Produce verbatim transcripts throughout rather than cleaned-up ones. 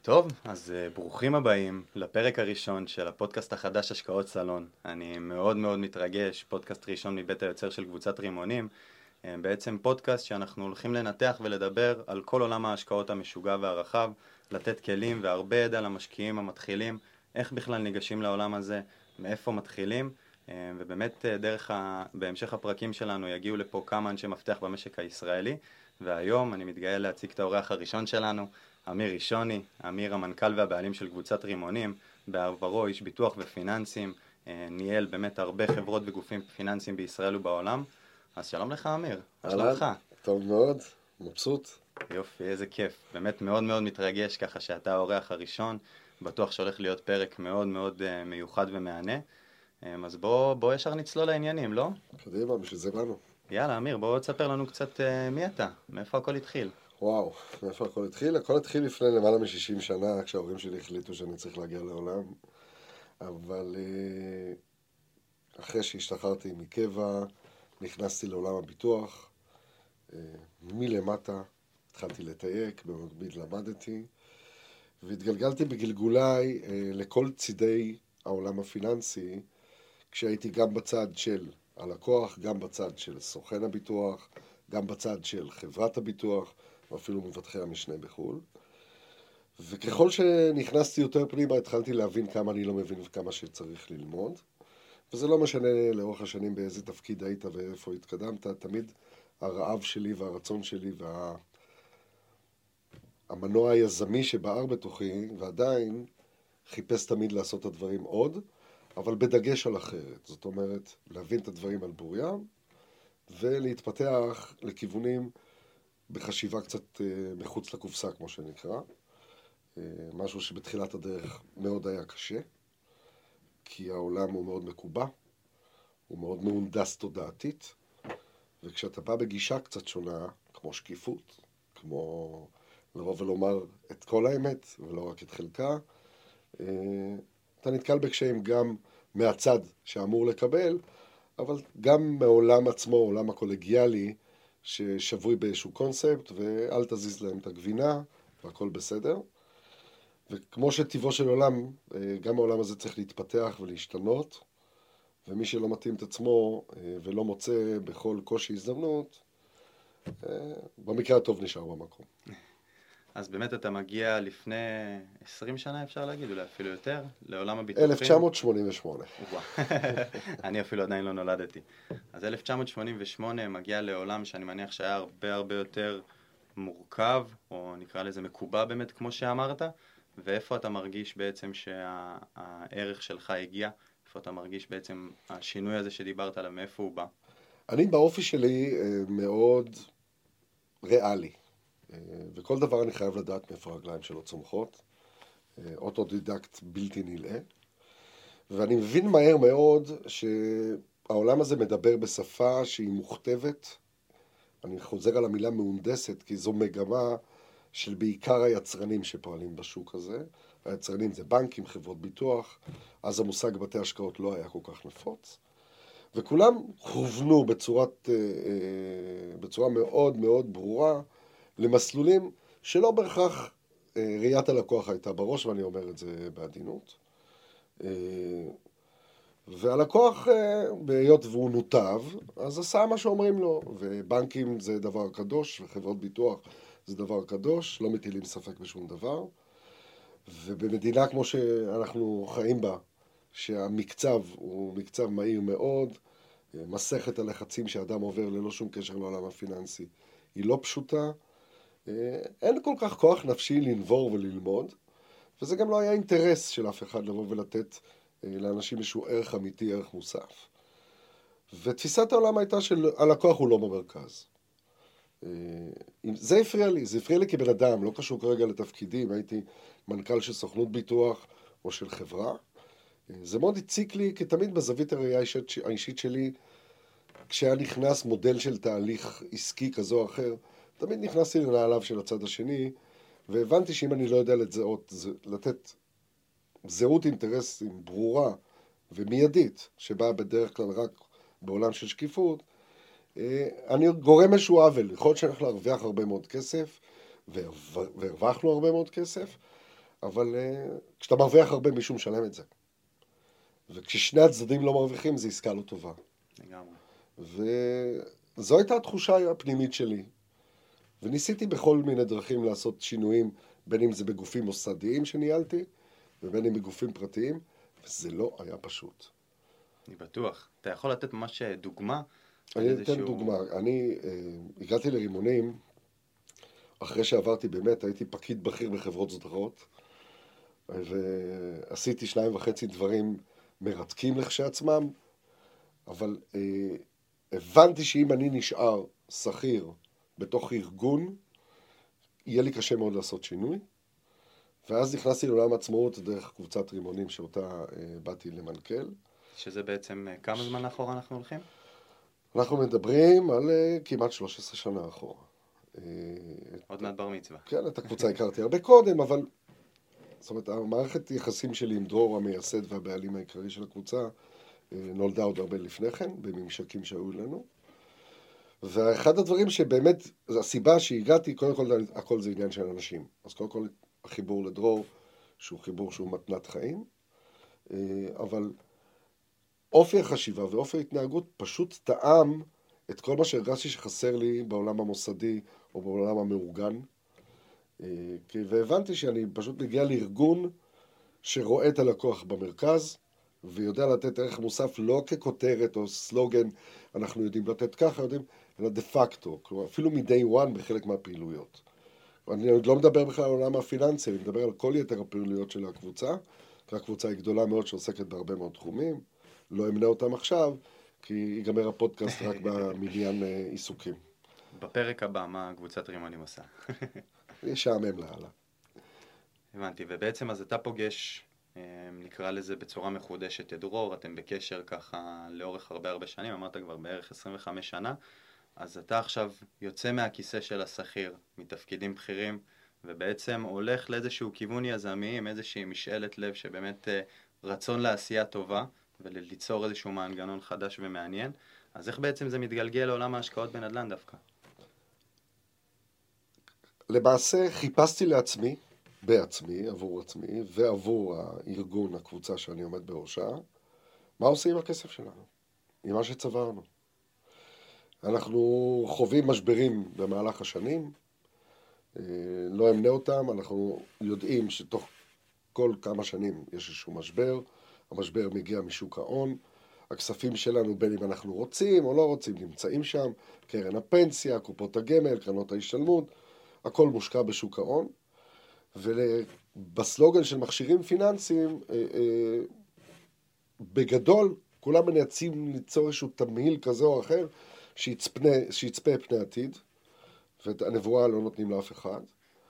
טוב, אז uh, ברוכים הבאים לפרק הראשון של הפודקאסט החדש השקעות סלון. אני מאוד מאוד מתרגש, פודקאסט ראשון מבית היוצר של קבוצת רימונים. Uh, בעצם פודקאסט שאנחנו הולכים לנתח ולדבר על כל עולם ההשקעות המשוגע והרחב, לתת כלים והרבה ידע למשקיעים המתחילים, איך בכלל ניגשים לעולם הזה, מאיפה מתחילים, uh, ובאמת uh, דרך ה... בהמשך הפרקים שלנו יגיעו לפה כמה אנשי מפתח במשק הישראלי, והיום אני מתגאה להציג את האורח הראשון שלנו, אמיר ראשוני. אמיר המנכ"ל והבעלים של קבוצת רימונים, בעברו איש ביטוח ופיננסים, ניהל באמת הרבה חברות וגופים פיננסיים בישראל ובעולם. אז שלום לך אמיר, מה שלומך? טוב מאוד, מבסוט. יופי, איזה כיף, באמת מאוד מאוד מתרגש ככה שאתה האורח הראשון, בטוח שהולך להיות פרק מאוד מאוד מיוחד ומענה. אז בוא, בוא ישר נצלול לעניינים, לא? קדימה, בשביל זה באנו. יאללה אמיר, בוא תספר לנו קצת מי אתה, מאיפה הכל התחיל. וואו, מאיפה הכל התחיל? הכל התחיל לפני למעלה מ-שישים שנה, כשההורים שלי החליטו שאני צריך להגיע לעולם. אבל אחרי שהשתחררתי מקבע, נכנסתי לעולם הביטוח. מלמטה התחלתי לתייק, במקביל למדתי, והתגלגלתי בגלגוליי לכל צידי העולם הפיננסי, כשהייתי גם בצד של הלקוח, גם בצד של סוכן הביטוח, גם בצד של חברת הביטוח, ואפילו מבטחי המשנה בחו"ל. וככל שנכנסתי יותר פנימה, התחלתי להבין כמה אני לא מבין וכמה שצריך ללמוד. וזה לא משנה לאורך השנים באיזה תפקיד היית ואיפה התקדמת, תמיד הרעב שלי והרצון שלי והמנוע היזמי שבער בתוכי, ועדיין חיפש תמיד לעשות את הדברים עוד, אבל בדגש על אחרת. זאת אומרת, להבין את הדברים על בוריים, ולהתפתח לכיוונים בחשיבה קצת מחוץ לקופסה, כמו שנקרא. משהו שבתחילת הדרך מאוד היה קשה, כי העולם הוא מאוד מקובע, הוא מאוד מהונדס תודעתית, וכשאתה בא בגישה קצת שונה, כמו שקיפות, כמו לבוא ולומר את כל האמת, ולא רק את חלקה, אתה נתקל בקשיים גם מהצד שאמור לקבל, אבל גם מעולם עצמו, עולם הקולגיאלי, ששבוי באיזשהו קונספט, ואל תזיז להם את הגבינה, והכל בסדר. וכמו שטבעו של עולם, גם העולם הזה צריך להתפתח ולהשתנות, ומי שלא מתאים את עצמו ולא מוצא בכל קושי הזדמנות, במקרה הטוב נשאר במקום. אז באמת אתה מגיע לפני עשרים שנה, אפשר להגיד, אולי אפילו יותר, לעולם הביטוחים. אלף תשע מאות שמונים ושמונה. אני אפילו עדיין לא נולדתי. אז אלף תשע מאות שמונים ושמונה מגיע לעולם שאני מניח שהיה הרבה הרבה יותר מורכב, או נקרא לזה מקובע באמת, כמו שאמרת, ואיפה אתה מרגיש בעצם שהערך שלך הגיע, איפה אתה מרגיש בעצם השינוי הזה שדיברת עליו, מאיפה הוא בא? אני באופי שלי מאוד ריאלי. וכל דבר אני חייב לדעת מאיפה הרגליים שלו צומחות. אוטודידקט בלתי נלאה. ואני מבין מהר מאוד שהעולם הזה מדבר בשפה שהיא מוכתבת. אני חוזר על המילה מהונדסת, כי זו מגמה של בעיקר היצרנים שפועלים בשוק הזה. היצרנים זה בנקים, חברות ביטוח. אז המושג בתי השקעות לא היה כל כך נפוץ. וכולם הובנו בצורת, בצורה מאוד מאוד ברורה, למסלולים שלא בהכרח ראיית הלקוח הייתה בראש, ואני אומר את זה בעדינות. והלקוח, בהיות והוא נותב, אז עשה מה שאומרים לו, ובנקים זה דבר קדוש, וחברות ביטוח זה דבר קדוש, לא מטילים ספק בשום דבר. ובמדינה כמו שאנחנו חיים בה, שהמקצב הוא מקצב מהיר מאוד, מסכת הלחצים שאדם עובר ללא שום קשר לעולם הפיננסי, היא לא פשוטה, אין כל כך כוח נפשי לנבור וללמוד, וזה גם לא היה אינטרס של אף אחד לבוא ולתת לאנשים איזשהו ערך אמיתי, ערך מוסף. ותפיסת העולם הייתה שהלקוח הוא לא במרכז. זה הפריע לי, זה הפריע לי כבן אדם, לא קשור כרגע לתפקידים, הייתי מנכ"ל של סוכנות ביטוח או של חברה. זה מאוד הציק לי, כי תמיד בזווית הראייה האישית שלי, כשהיה נכנס מודל של תהליך עסקי כזו או אחר, תמיד נכנסתי לנעליו של הצד השני, והבנתי שאם אני לא יודע לזהות, לתת זהות אינטרסים ברורה ומיידית, שבאה בדרך כלל רק בעולם של שקיפות, אני גורם איזשהו עוול. יכול להיות שאנחנו להרוויח הרבה מאוד כסף, והרווחנו הרבה מאוד כסף, אבל uh, כשאתה מרוויח הרבה מישהו משלם את זה. וכששני הצדדים לא מרוויחים, זה עסקה לא טובה. לגמרי. וזו הייתה התחושה הפנימית שלי. וניסיתי בכל מיני דרכים לעשות שינויים, בין אם זה בגופים מוסדיים שניהלתי, ובין אם בגופים פרטיים, וזה לא היה פשוט. אני בטוח. אתה יכול לתת ממש דוגמה? אני אתן שהוא... דוגמה. אני uh, הגעתי לרימונים, אחרי שעברתי באמת, הייתי פקיד בכיר בחברות זרות, ועשיתי שניים וחצי דברים מרתקים לכשעצמם, אבל uh, הבנתי שאם אני נשאר שכיר בתוך ארגון, יהיה לי קשה מאוד לעשות שינוי, ואז נכנסתי לעולם עצמאות דרך קבוצת רימונים שאותה uh, באתי למנכ"ל. שזה בעצם uh, כמה זמן אחורה אנחנו הולכים? אנחנו מדברים על uh, כמעט שלוש עשרה שנה אחורה. עוד מעט בר מצווה. כן, את הקבוצה הכרתי הרבה קודם, אבל זאת אומרת, המערכת יחסים שלי עם דרור המייסד והבעלים העיקרי של הקבוצה נולדה עוד הרבה לפני כן, בממשקים שהיו לנו. ואחד הדברים שבאמת, הסיבה שהגעתי, קודם כל, הכל זה עניין של אנשים. אז קודם כל, החיבור לדרור, שהוא חיבור שהוא מתנת חיים, אבל אופי החשיבה ואופי ההתנהגות פשוט טעם את כל מה שהרגשתי שחסר לי בעולם המוסדי או בעולם המאורגן. והבנתי שאני פשוט מגיע לארגון שרואה את הלקוח במרכז, ויודע לתת ערך מוסף לא ככותרת או סלוגן, אנחנו יודעים לתת ככה, יודעים, אלא דה פקטו, כלומר, אפילו מ-day one בחלק מהפעילויות. אני עוד לא מדבר בכלל על העולם הפיננסי, אני מדבר על כל יתר הפעילויות של הקבוצה, כי הקבוצה היא גדולה מאוד שעוסקת בהרבה מאוד תחומים, לא אמנה אותם עכשיו, כי ייגמר הפודקאסט רק במניין עיסוקים. בפרק הבא, מה קבוצת רימונים עושה? ישעמם להלאה. הבנתי, ובעצם אז אתה פוגש, נקרא לזה בצורה מחודשת את דרור, אתם בקשר ככה לאורך הרבה הרבה שנים, אמרת כבר בערך עשרים וחמש שנה, אז אתה עכשיו יוצא מהכיסא של השכיר, מתפקידים בכירים, ובעצם הולך לאיזשהו כיוון יזמי, עם איזושהי משאלת לב שבאמת רצון לעשייה טובה, וליצור איזשהו מנגנון חדש ומעניין. אז איך בעצם זה מתגלגל לעולם ההשקעות בנדל"ן דווקא? למעשה חיפשתי לעצמי, בעצמי, עבור עצמי, ועבור הארגון, הקבוצה שאני עומד בראשה, מה עושים עם הכסף שלנו, עם מה שצברנו. אנחנו חווים משברים במהלך השנים, לא אמנה אותם, אנחנו יודעים שתוך כל כמה שנים יש איזשהו משבר, המשבר מגיע משוק ההון, הכספים שלנו בין אם אנחנו רוצים או לא רוצים נמצאים שם, קרן הפנסיה, קופות הגמל, קרנות ההשתלמות, הכל מושקע בשוק ההון, ובסלוגן של מכשירים פיננסיים, אה, אה, בגדול, כולם מנסים ליצור איזשהו תמהיל כזה או אחר, שיצפנה, שיצפה פני עתיד, ואת הנבואה לא נותנים לאף אחד.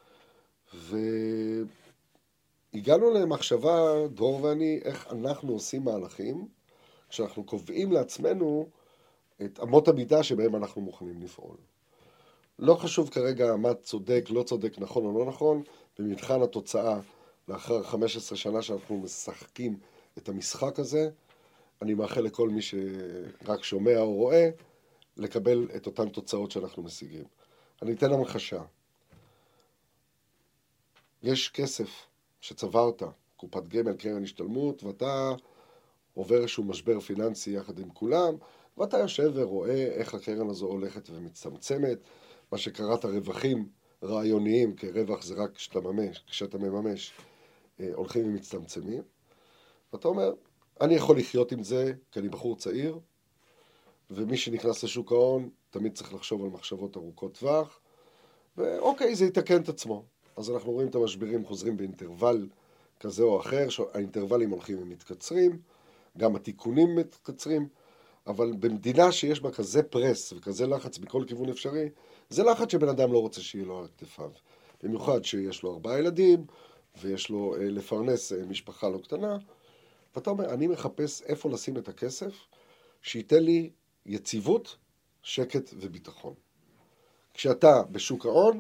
והגענו למחשבה, דרור ואני, איך אנחנו עושים מהלכים, כשאנחנו קובעים לעצמנו את אמות המידה שבהם אנחנו מוכנים לפעול. לא חשוב כרגע מה צודק, לא צודק, נכון או לא נכון, במבחן התוצאה, לאחר חמש עשרה שנה שאנחנו משחקים את המשחק הזה, אני מאחל לכל מי שרק שומע או רואה, לקבל את אותן תוצאות שאנחנו משיגים. אני אתן המחשה. יש כסף שצברת, קופת גמל, קרן השתלמות, ואתה עובר איזשהו משבר פיננסי יחד עם כולם, ואתה יושב ורואה איך הקרן הזו הולכת ומצטמצמת, מה שקראת רווחים רעיוניים, כי רווח זה רק כשאתה ממש, כשאתה מממש, הולכים ומצטמצמים. ואתה אומר, אני יכול לחיות עם זה, כי אני בחור צעיר, ומי שנכנס לשוק ההון, תמיד צריך לחשוב על מחשבות ארוכות טווח, ואוקיי, זה יתקן את עצמו. אז אנחנו רואים את המשברים חוזרים באינטרוול כזה או אחר, האינטרוולים הולכים ומתקצרים, גם התיקונים מתקצרים, אבל במדינה שיש בה כזה פרס וכזה לחץ בכל כיוון אפשרי, זה לחץ שבן אדם לא רוצה שיהיה לו על כתפיו. במיוחד שיש לו ארבעה ילדים, ויש לו אה, לפרנס אה, משפחה לא קטנה, ואתה אומר, אני מחפש איפה לשים את הכסף, שייתן לי יציבות, שקט וביטחון. כשאתה בשוק ההון,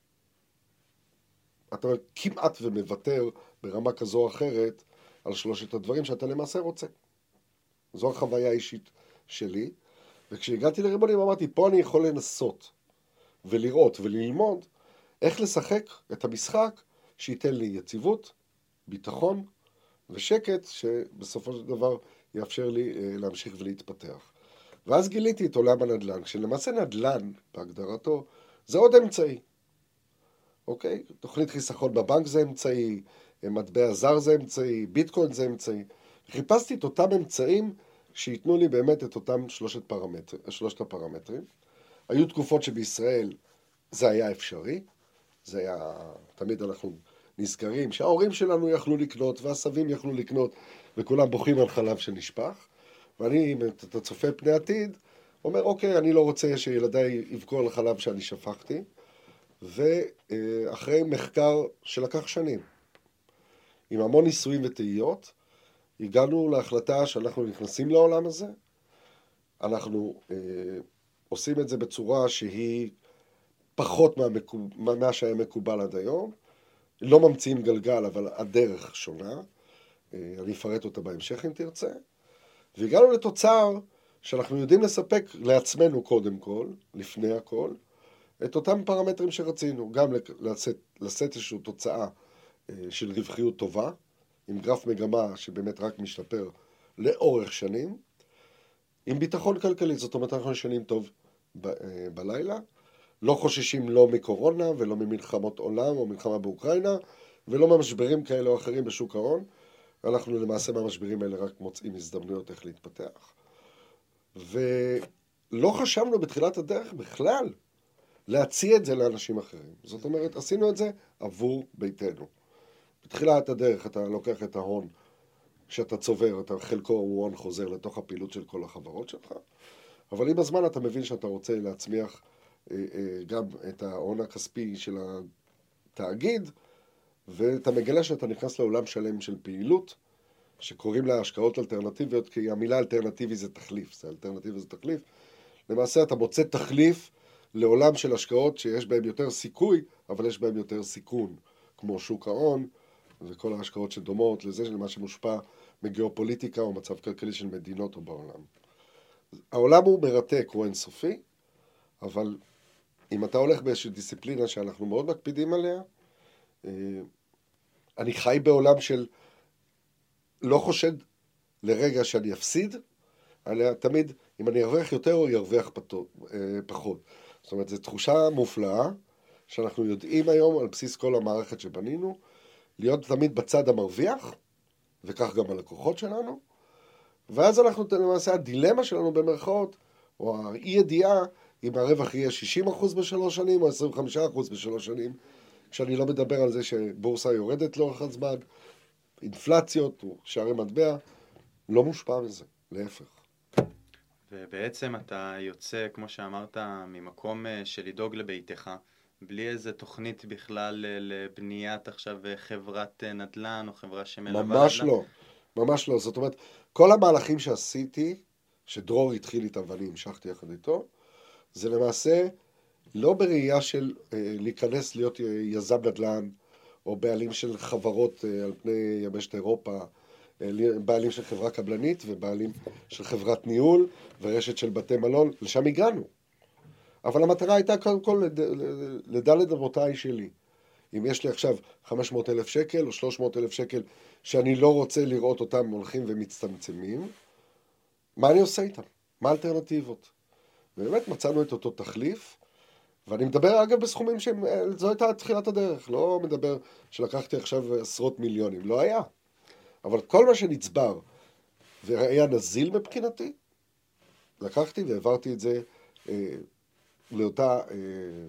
אתה כמעט ומוותר ברמה כזו או אחרת על שלושת הדברים שאתה למעשה רוצה. זו החוויה האישית שלי, וכשהגעתי לרימונים אמרתי, פה אני יכול לנסות ולראות וללמוד איך לשחק את המשחק שייתן לי יציבות, ביטחון ושקט, שבסופו של דבר יאפשר לי להמשיך ולהתפתח. ואז גיליתי את עולם הנדל"ן, שלמעשה נדל"ן, בהגדרתו, זה עוד אמצעי. אוקיי? תוכנית חיסכון בבנק זה אמצעי, מטבע זר זה אמצעי, ביטקוין זה אמצעי. חיפשתי את אותם אמצעים שיתנו לי באמת את אותם שלושת, פרמטר, שלושת הפרמטרים. היו תקופות שבישראל זה היה אפשרי, זה היה, תמיד אנחנו נזכרים שההורים שלנו יכלו לקנות והסבים יכלו לקנות וכולם בוכים על חלב שנשפך. ואני, אם אתה צופה פני עתיד, אומר, אוקיי, אני לא רוצה שילדיי יבכו על החלב שאני שפכתי, ואחרי מחקר שלקח שנים, עם המון ניסויים וטעיות, הגענו להחלטה שאנחנו נכנסים לעולם הזה, אנחנו אה, עושים את זה בצורה שהיא פחות מהמקוב... מה שהיה מקובל עד היום, לא ממציאים גלגל, אבל הדרך שונה, אה, אני אפרט אותה בהמשך אם תרצה, והגענו לתוצר שאנחנו יודעים לספק לעצמנו קודם כל, לפני הכל, את אותם פרמטרים שרצינו, גם לשאת, לשאת איזושהי תוצאה של רווחיות טובה, עם גרף מגמה שבאמת רק משתפר לאורך שנים, עם ביטחון כלכלי, זאת אומרת אנחנו ישנים טוב ב- בלילה, לא חוששים לא מקורונה ולא ממלחמות עולם או מלחמה באוקראינה, ולא ממשברים כאלה או אחרים בשוק ההון, אנחנו למעשה מהמשברים האלה רק מוצאים הזדמנויות איך להתפתח. ולא חשבנו בתחילת הדרך בכלל להציע את זה לאנשים אחרים. זאת אומרת, עשינו את זה עבור ביתנו. בתחילת הדרך אתה לוקח את ההון שאתה צובר, אתה חלקו הוא הון חוזר לתוך הפעילות של כל החברות שלך, אבל עם הזמן אתה מבין שאתה רוצה להצמיח גם את ההון הכספי של התאגיד, ואתה מגלה שאתה נכנס לעולם שלם של פעילות, שקוראים לה השקעות אלטרנטיביות, כי המילה אלטרנטיבי זה תחליף, זה אלטרנטיבי זה תחליף. למעשה אתה מוצא תחליף לעולם של השקעות שיש בהם יותר סיכוי, אבל יש בהם יותר סיכון, כמו שוק ההון, וכל ההשקעות שדומות לזה של מה שמושפע מגיאופוליטיקה או מצב כלכלי של מדינות או בעולם. העולם הוא מרתק, הוא אינסופי, אבל אם אתה הולך באיזושהי דיסציפלינה שאנחנו מאוד מקפידים עליה, אני חי בעולם של לא חושד לרגע שאני אפסיד, עליה תמיד אם אני ארוויח יותר או ירוויח פחות. זאת אומרת, זו תחושה מופלאה, שאנחנו יודעים היום על בסיס כל המערכת שבנינו, להיות תמיד בצד המרוויח, וכך גם הלקוחות שלנו, ואז אנחנו למעשה, הדילמה שלנו במרכאות, או האי ידיעה, אם הרווח יהיה שישים אחוז בשלוש שנים, או עשרים וחמישה אחוז בשלוש שנים, כשאני לא מדבר על זה שבורסה יורדת לאורך הזמן, אינפלציות, או שערי מטבע, לא מושפע מזה, להפך. ובעצם אתה יוצא, כמו שאמרת, ממקום של לדאוג לביתך, בלי איזה תוכנית בכלל לבניית עכשיו חברת נדל"ן או חברה שמלווה נדל"ן? ממש לא, ממש לא. זאת אומרת, כל המהלכים שעשיתי, שדרור התחיל איתם ואני המשכתי יחד איתו, זה למעשה לא בראייה של אה, להיכנס להיות יזם נדל"ן, או בעלים של חברות אה, על פני יבשת אירופה, בעלים של חברה קבלנית ובעלים של חברת ניהול ורשת של בתי מלון, לשם הגענו. אבל המטרה הייתה קודם כל לדלת אבותיי שלי. אם יש לי עכשיו חמש מאות אלף שקל או שלוש מאות אלף שקל שאני לא רוצה לראות אותם הולכים ומצטמצמים, מה אני עושה איתם? מה האלטרנטיבות? ובאמת מצאנו את אותו תחליף, ואני מדבר אגב בסכומים שזו הייתה תחילת הדרך, לא מדבר שלקחתי עכשיו עשרות מיליונים, לא היה. אבל כל מה שנצבר והיה נזיל מבחינתי, לקחתי והעברתי את זה אה, לאותה, אה,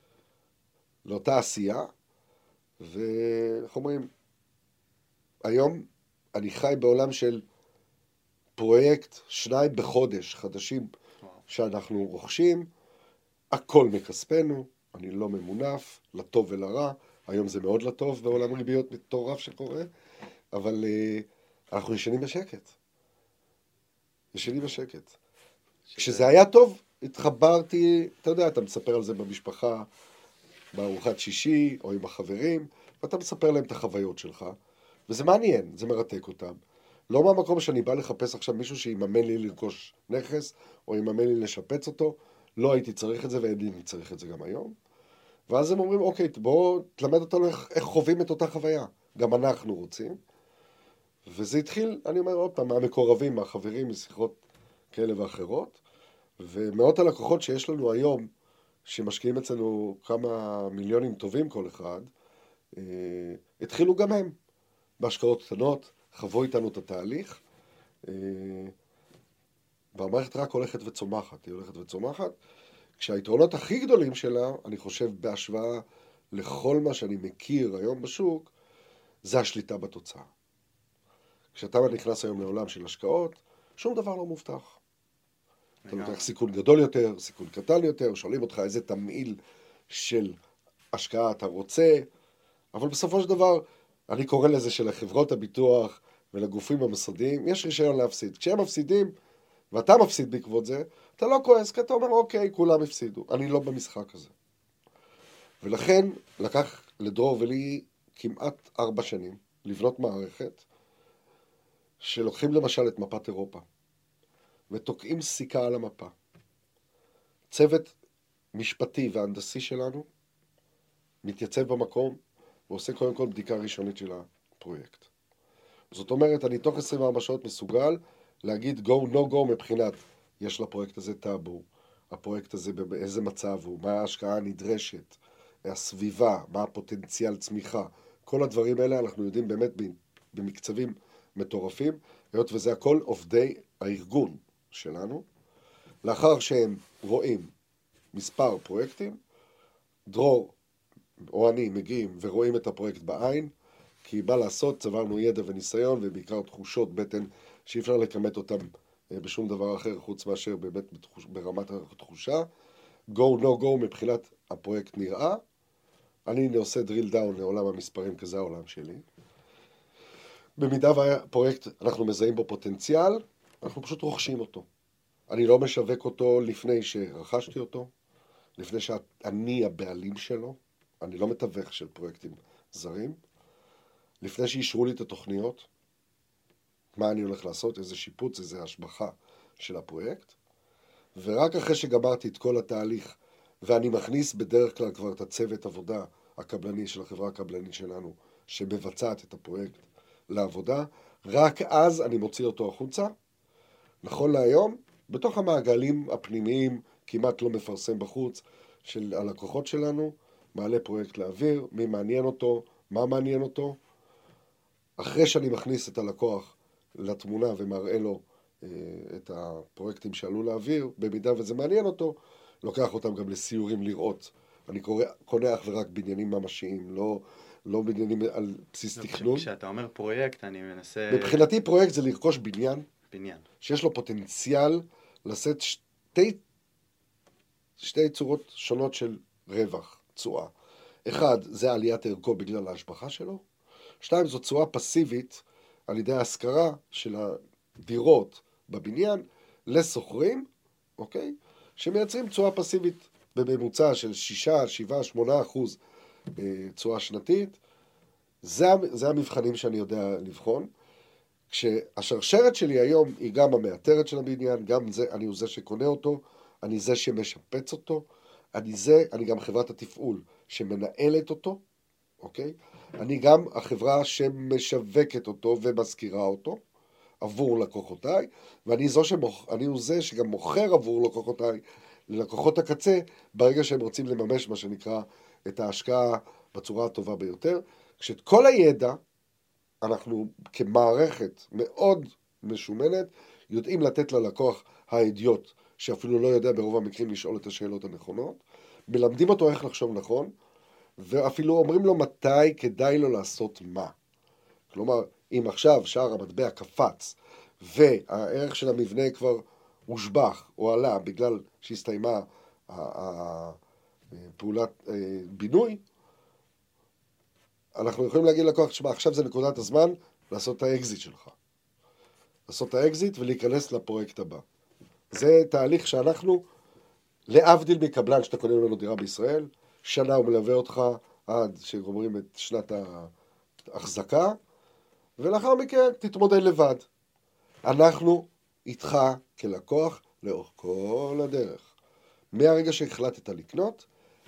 לאותה עשייה, ואיך אומרים, היום אני חי בעולם של פרויקט שניים בחודש חדשים שאנחנו רוכשים, הכל מכספנו, אני לא ממונף, לטוב ולרע, היום זה מאוד לטוב בעולם ריביות מטורף שקורה, אבל uh, אנחנו ישנים בשקט. ישנים בשקט. שזה... כשזה היה טוב, התחברתי, אתה יודע, אתה מספר על זה במשפחה, בארוחת שישי, או עם החברים, ואתה מספר להם את החוויות שלך, וזה מעניין, זה מרתק אותם. לא מהמקום שאני בא לחפש עכשיו מישהו שיממן לי לרכוש נכס, או יממן לי לשפץ אותו, לא הייתי צריך את זה, ואין לי צריך את זה גם היום. ואז הם אומרים, אוקיי, בואו תלמד אותנו איך, איך חווים את אותה חוויה. גם אנחנו רוצים. וזה התחיל, אני אומר עוד פעם, מהמקורבים, מהחברים, משיחות כאלה ואחרות. ומאות הלקוחות שיש לנו היום, שמשקיעים אצלנו כמה מיליונים טובים כל אחד, אה, התחילו גם הם בהשקעות קטנות, חוו איתנו את התהליך, אה, והמערכת רק הולכת וצומחת, היא הולכת וצומחת, כשהיתרונות הכי גדולים שלה, אני חושב בהשוואה לכל מה שאני מכיר היום בשוק, זה השליטה בתוצאה. כשאתה נכנס היום לעולם של השקעות, שום דבר לא מובטח. אתה לוקח סיכון גדול יותר, סיכון קטן יותר, שואלים אותך איזה תמהיל של השקעה אתה רוצה, אבל בסופו של דבר, אני קורא לזה שלחברות הביטוח ולגופים המסודיים, יש רישיון להפסיד. כשהם מפסידים, ואתה מפסיד בעקבות זה, אתה לא כועס, כי אתה אומר, אוקיי, כולם הפסידו. אני לא במשחק הזה. ולכן, לקח לדרור ולי כמעט ארבע שנים לבנות מערכת, שלוקחים למשל את מפת אירופה, ותוקעים סיכה על המפה. צוות משפטי והנדסי שלנו מתייצב במקום, ועושה קודם כל בדיקה ראשונית של הפרויקט. זאת אומרת, אני תוך עשרים וארבע שעות מסוגל להגיד go, no go מבחינת, יש לפרויקט הזה טאבו, הפרויקט הזה באיזה מצב הוא, מה ההשקעה הנדרשת, הסביבה, מה הפוטנציאל צמיחה, כל הדברים האלה אנחנו יודעים באמת במקצבים מטורפים, היות וזה הכל עובדי הארגון שלנו. לאחר שהם רואים מספר פרויקטים, דרור או אני מגיעים ורואים את הפרויקט בעין, כי בא לעשות, צברנו ידע וניסיון, ובעיקר תחושות בטן שאי אפשר לקמת אותם בשום דבר אחר, חוץ מאשר באמת ברמת התחושה. go, no go מבחינת הפרויקט נראה. אני עושה drill down לעולם המספרים, כזה העולם שלי. במידה והפרויקט, אנחנו מזהים בו פוטנציאל, אנחנו פשוט רוכשים אותו. אני לא משווק אותו לפני שרכשתי אותו, לפני שאני הבעלים שלו, אני לא מתווך של פרויקטים זרים, לפני שישרו לי את התוכניות, מה אני הולך לעשות, איזה שיפוץ, איזה השבחה של הפרויקט, ורק אחרי שגמרתי את כל התהליך, ואני מכניס בדרך כלל כבר את הצוות עבודה הקבלני של החברה הקבלנית שלנו, שמבצעת את הפרויקט לעבודה, רק אז אני מוציא אותו החוצה. נכון להיום, בתוך המעגלים הפנימיים, כמעט לא מפרסם בחוץ, של הלקוחות שלנו, מעלה פרויקט לאוויר, מי מעניין אותו, מה מעניין אותו. אחרי שאני מכניס את הלקוח לתמונה ומראה לו אה, את הפרויקטים שעלו לאוויר, במידה וזה מעניין אותו, לוקח אותם גם לסיורים לראות. אני קורא, קונה אך ורק בניינים ממשיים, לא, לא בניינים על בסיס תכנון. כשאתה אומר פרויקט, אני מנסה... מבחינתי פרויקט זה לרכוש בניין, בניין. שיש לו פוטנציאל לשאת שתי, שתי צורות שונות של רווח, תשואה. אחד, זה עליית ערכו בגלל ההשבחה שלו. שתיים, זו תשואה פסיבית על ידי ההשכרה של הדירות בבניין לסוחרים, אוקיי? שמייצרים תשואה פסיבית בממוצע של שישה, שבעה, שמונה אחוז תשואה שנתית. זה, זה המבחנים שאני יודע לבחון. כשהשרשרת שלי היום היא גם המאתרת של הבניין, גם זה, אני הוא זה שקונה אותו, אני זה שמשפץ אותו, אני זה, אני גם חברת התפעול שמנהלת אותו, אוקיי? אני גם החברה שמשווקת אותו ומזכירה אותו עבור לקוחותיי, ואני זו שמוכ... אני הוא זה שגם מוכר עבור לקוחותיי ללקוחות הקצה, ברגע שהם רוצים לממש מה שנקרא את ההשקעה בצורה הטובה ביותר. כשאת כל הידע, אנחנו כמערכת מאוד משומנת, יודעים לתת ללקוח האידיוט, שאפילו לא יודע ברוב המקרים לשאול את השאלות הנכונות, מלמדים אותו איך לחשוב נכון, ואפילו אומרים לו מתי כדאי לו לעשות מה. כלומר, אם עכשיו שער המטבע קפץ, והערך של המבנה כבר הושבח או עלה בגלל שהסתיימה פעולת בינוי, אנחנו יכולים להגיד לקוח, תשמע, עכשיו זה נקודת הזמן לעשות את האקזיט שלך. לעשות את האקזיט ולהיכנס לפרויקט הבא. זה תהליך שאנחנו, להבדיל מקבלן שאתה קונה לנו דירה בישראל, שנה הוא מלווה אותך עד שגומרים את שנת ההחזקה, ולאחר מכן תתמודד לבד. אנחנו איתך כלקוח לאורך כל הדרך. מהרגע שהחלטת לקנות,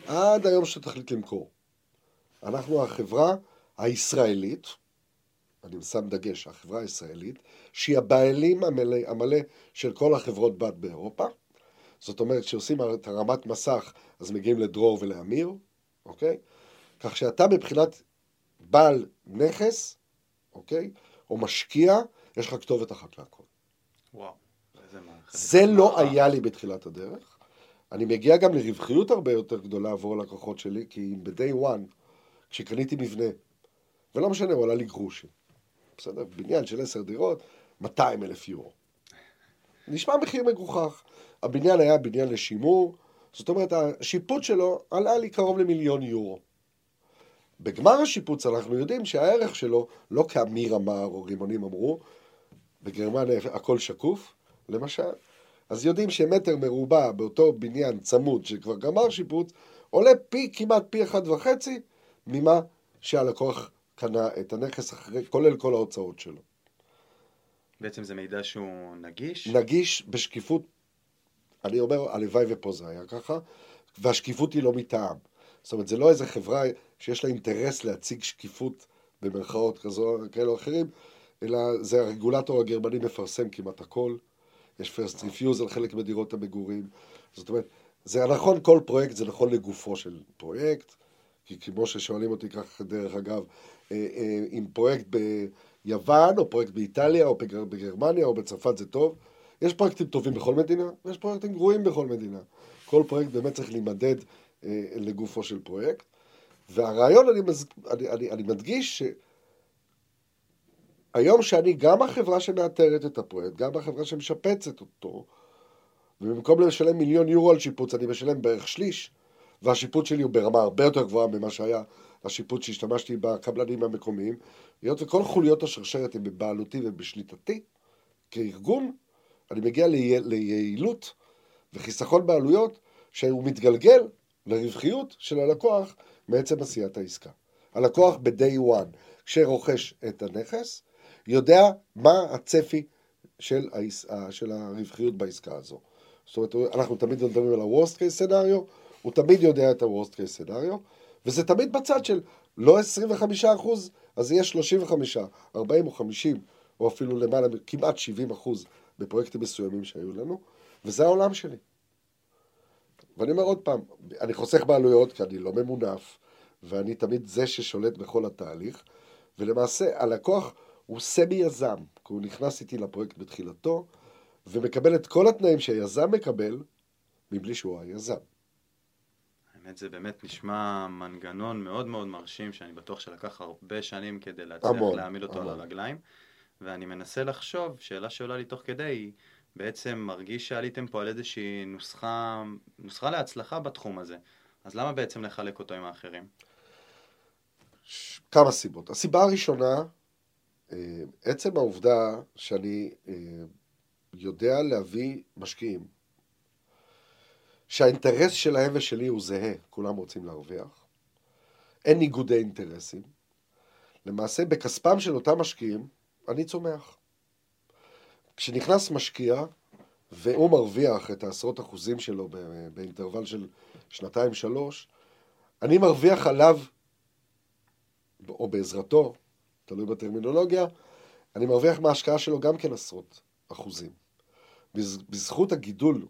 עד היום שתחליט למכור. אנחנו החברה הישראלית, אני שם דגש, החברה הישראלית, שהיא הבעלים המלא, המלא של כל החברות בת באירופה. זאת אומרת, כשעושים את הרמת מסך, אז מגיעים לדרור ולאמיר, אוקיי? כך שאתה מבחינת בעל נכס, אוקיי? או משקיע, יש לך כתובת אחת להכל. וואו. איזה מערכת. זה לא היה לי בתחילת הדרך. אני מגיע גם לרווחיות הרבה יותר גדולה עבור הלקוחות שלי, כי ב-day one, כשקניתי מבנה, ולא משנה, הוא עלה לי גרושים. בסדר? בניין של עשר דירות, מאתיים אלף יורו. נשמע מחיר מגוחך. הבניין היה בניין לשימור, זאת אומרת, השיפוט שלו עלה לי קרוב למיליון יורו. בגמר השיפוץ אנחנו יודעים שהערך שלו, לא כאמיר אמר או רימונים אמרו, בגרמניה הכל שקוף, למשל, אז יודעים שמטר מרובע באותו בניין צמוד שכבר גמר שיפוץ, עולה פי, כמעט פי אחד וחצי, ממה שהלקוח קנה את הנכס אחרי, כולל כל ההוצאות שלו. בעצם זה מידע שהוא נגיש? נגיש בשקיפות, אני אומר, הלוואי ופה זה היה ככה, והשקיפות היא לא מטעם. זאת אומרת, זה לא איזה חברה שיש לה אינטרס להציג שקיפות במרכאות כזו, כאלה או אחרים, אלא זה הרגולטור הגרמני מפרסם כמעט הכל. יש first refusal על חלק מדירות המגורים. זאת אומרת, זה נכון כל פרויקט, זה נכון לגופו של פרויקט, כי כמו ששואלים אותי כך דרך אגב, אם פרויקט ביוון, או פרויקט באיטליה, או בגרמניה, או בצרפת זה טוב, יש פרויקטים טובים בכל מדינה, ויש פרויקטים גרועים בכל מדינה. כל פרויקט באמת צריך להימדד לגופו של פרויקט. והרעיון, אני, מז... אני, אני, אני מדגיש שהיום שאני גם החברה שמאתרת את הפרויקט, גם החברה שמשפצת אותו, ובמקום לשלם מיליון יורו על שיפוץ, אני משלם בערך שליש, והשיפוץ שלי הוא ברמה הרבה יותר גבוהה ממה שהיה השיפוץ שהשתמשתי בקבלנים המקומיים, היות וכל חוליות השרשרת הן בבעלותי ובשליטתי, כארגון, אני מגיע לי... ליעילות וחיסכון בעלויות, שהוא מתגלגל לרווחיות של הלקוח מעצם עשיית העסקה. הלקוח ב-day one, כשרוכש את הנכס, יודע מה הצפי של, העס... של הרווחיות בעסקה הזו. זאת אומרת, אנחנו תמיד מדברים על ה-worst case scenario, הוא תמיד יודע את ה-worst case scenario, וזה תמיד בצד של לא עשרים וחמישה אחוז, אז יהיה שלושים וחמישה, ארבעים או חמישים, או אפילו למעלה, כמעט שבעים אחוז בפרויקטים מסוימים שהיו לנו, וזה העולם שלי. ואני אומר עוד פעם, אני חוסך בעלויות כי אני לא ממונף, ואני תמיד זה ששולט בכל התהליך, ולמעשה הלקוח הוא סמי יזם, כי הוא נכנס איתי לפרויקט בתחילתו, ומקבל את כל התנאים שהיזם מקבל, מבלי שהוא היזם. האמת זה באמת נשמע מנגנון מאוד מאוד מרשים, שאני בטוח שלקח הרבה שנים כדי להצליח המון, להעמיד אותו המון. על הרגליים, ואני מנסה לחשוב, שאלה שעולה לי תוך כדי היא, בעצם מרגיש שעליתם פה על איזושהי נוסחה, נוסחה להצלחה בתחום הזה. אז למה בעצם לחלק אותו עם האחרים? כמה סיבות. הסיבה הראשונה, עצם העובדה שאני יודע להביא משקיעים, שהאינטרס שלהם ושלי הוא זהה, כולם רוצים להרוויח, אין ניגודי אינטרסים, למעשה בכספם של אותם משקיעים, אני צומח. כשנכנס משקיע, והוא מרוויח את העשרות אחוזים שלו באינטרוול של שנתיים שלוש, אני מרוויח עליו, או בעזרתו, תלוי בטרמינולוגיה, אני מרוויח מההשקעה שלו גם כן עשרות אחוזים. בזכות הגידול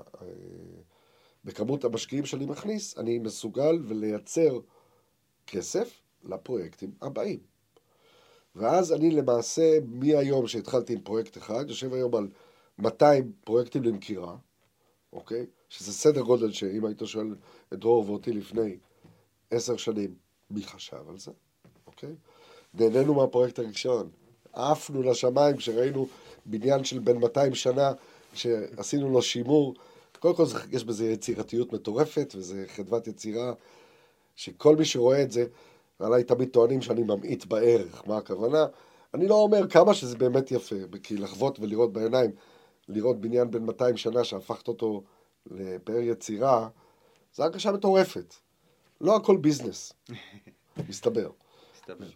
בכמות המשקיעים שאני מכניס, אני מסוגל ולייצר כסף לפרויקטים הבאים. ואז אני למעשה, מהיום שהתחלתי עם פרויקט אחד, יושב היום על מאתיים פרויקטים למכירה, אוקיי? שזה סדר גודל שאם היית שואל את דרור ואותי לפני עשר שנים, מי חשב על זה? אוקיי? נהנינו מהפרויקט הראשון, עפנו לשמיים כשראינו בניין של בין מאתיים שנה, שעשינו לו שימור. קודם כל יש בזה יצירתיות מטורפת, וזה חדוות יצירה, שכל מי שרואה את זה, עליי תמיד טוענים שאני ממעיט בערך. מה הכוונה? אני לא אומר כמה שזה באמת יפה, כי לחוות ולראות בעיניים, לראות בניין בין מאתיים שנה שהפכת אותו לפאר יצירה, זה הרגשה מטורפת. לא הכל ביזנס, מסתבר. מסתבר.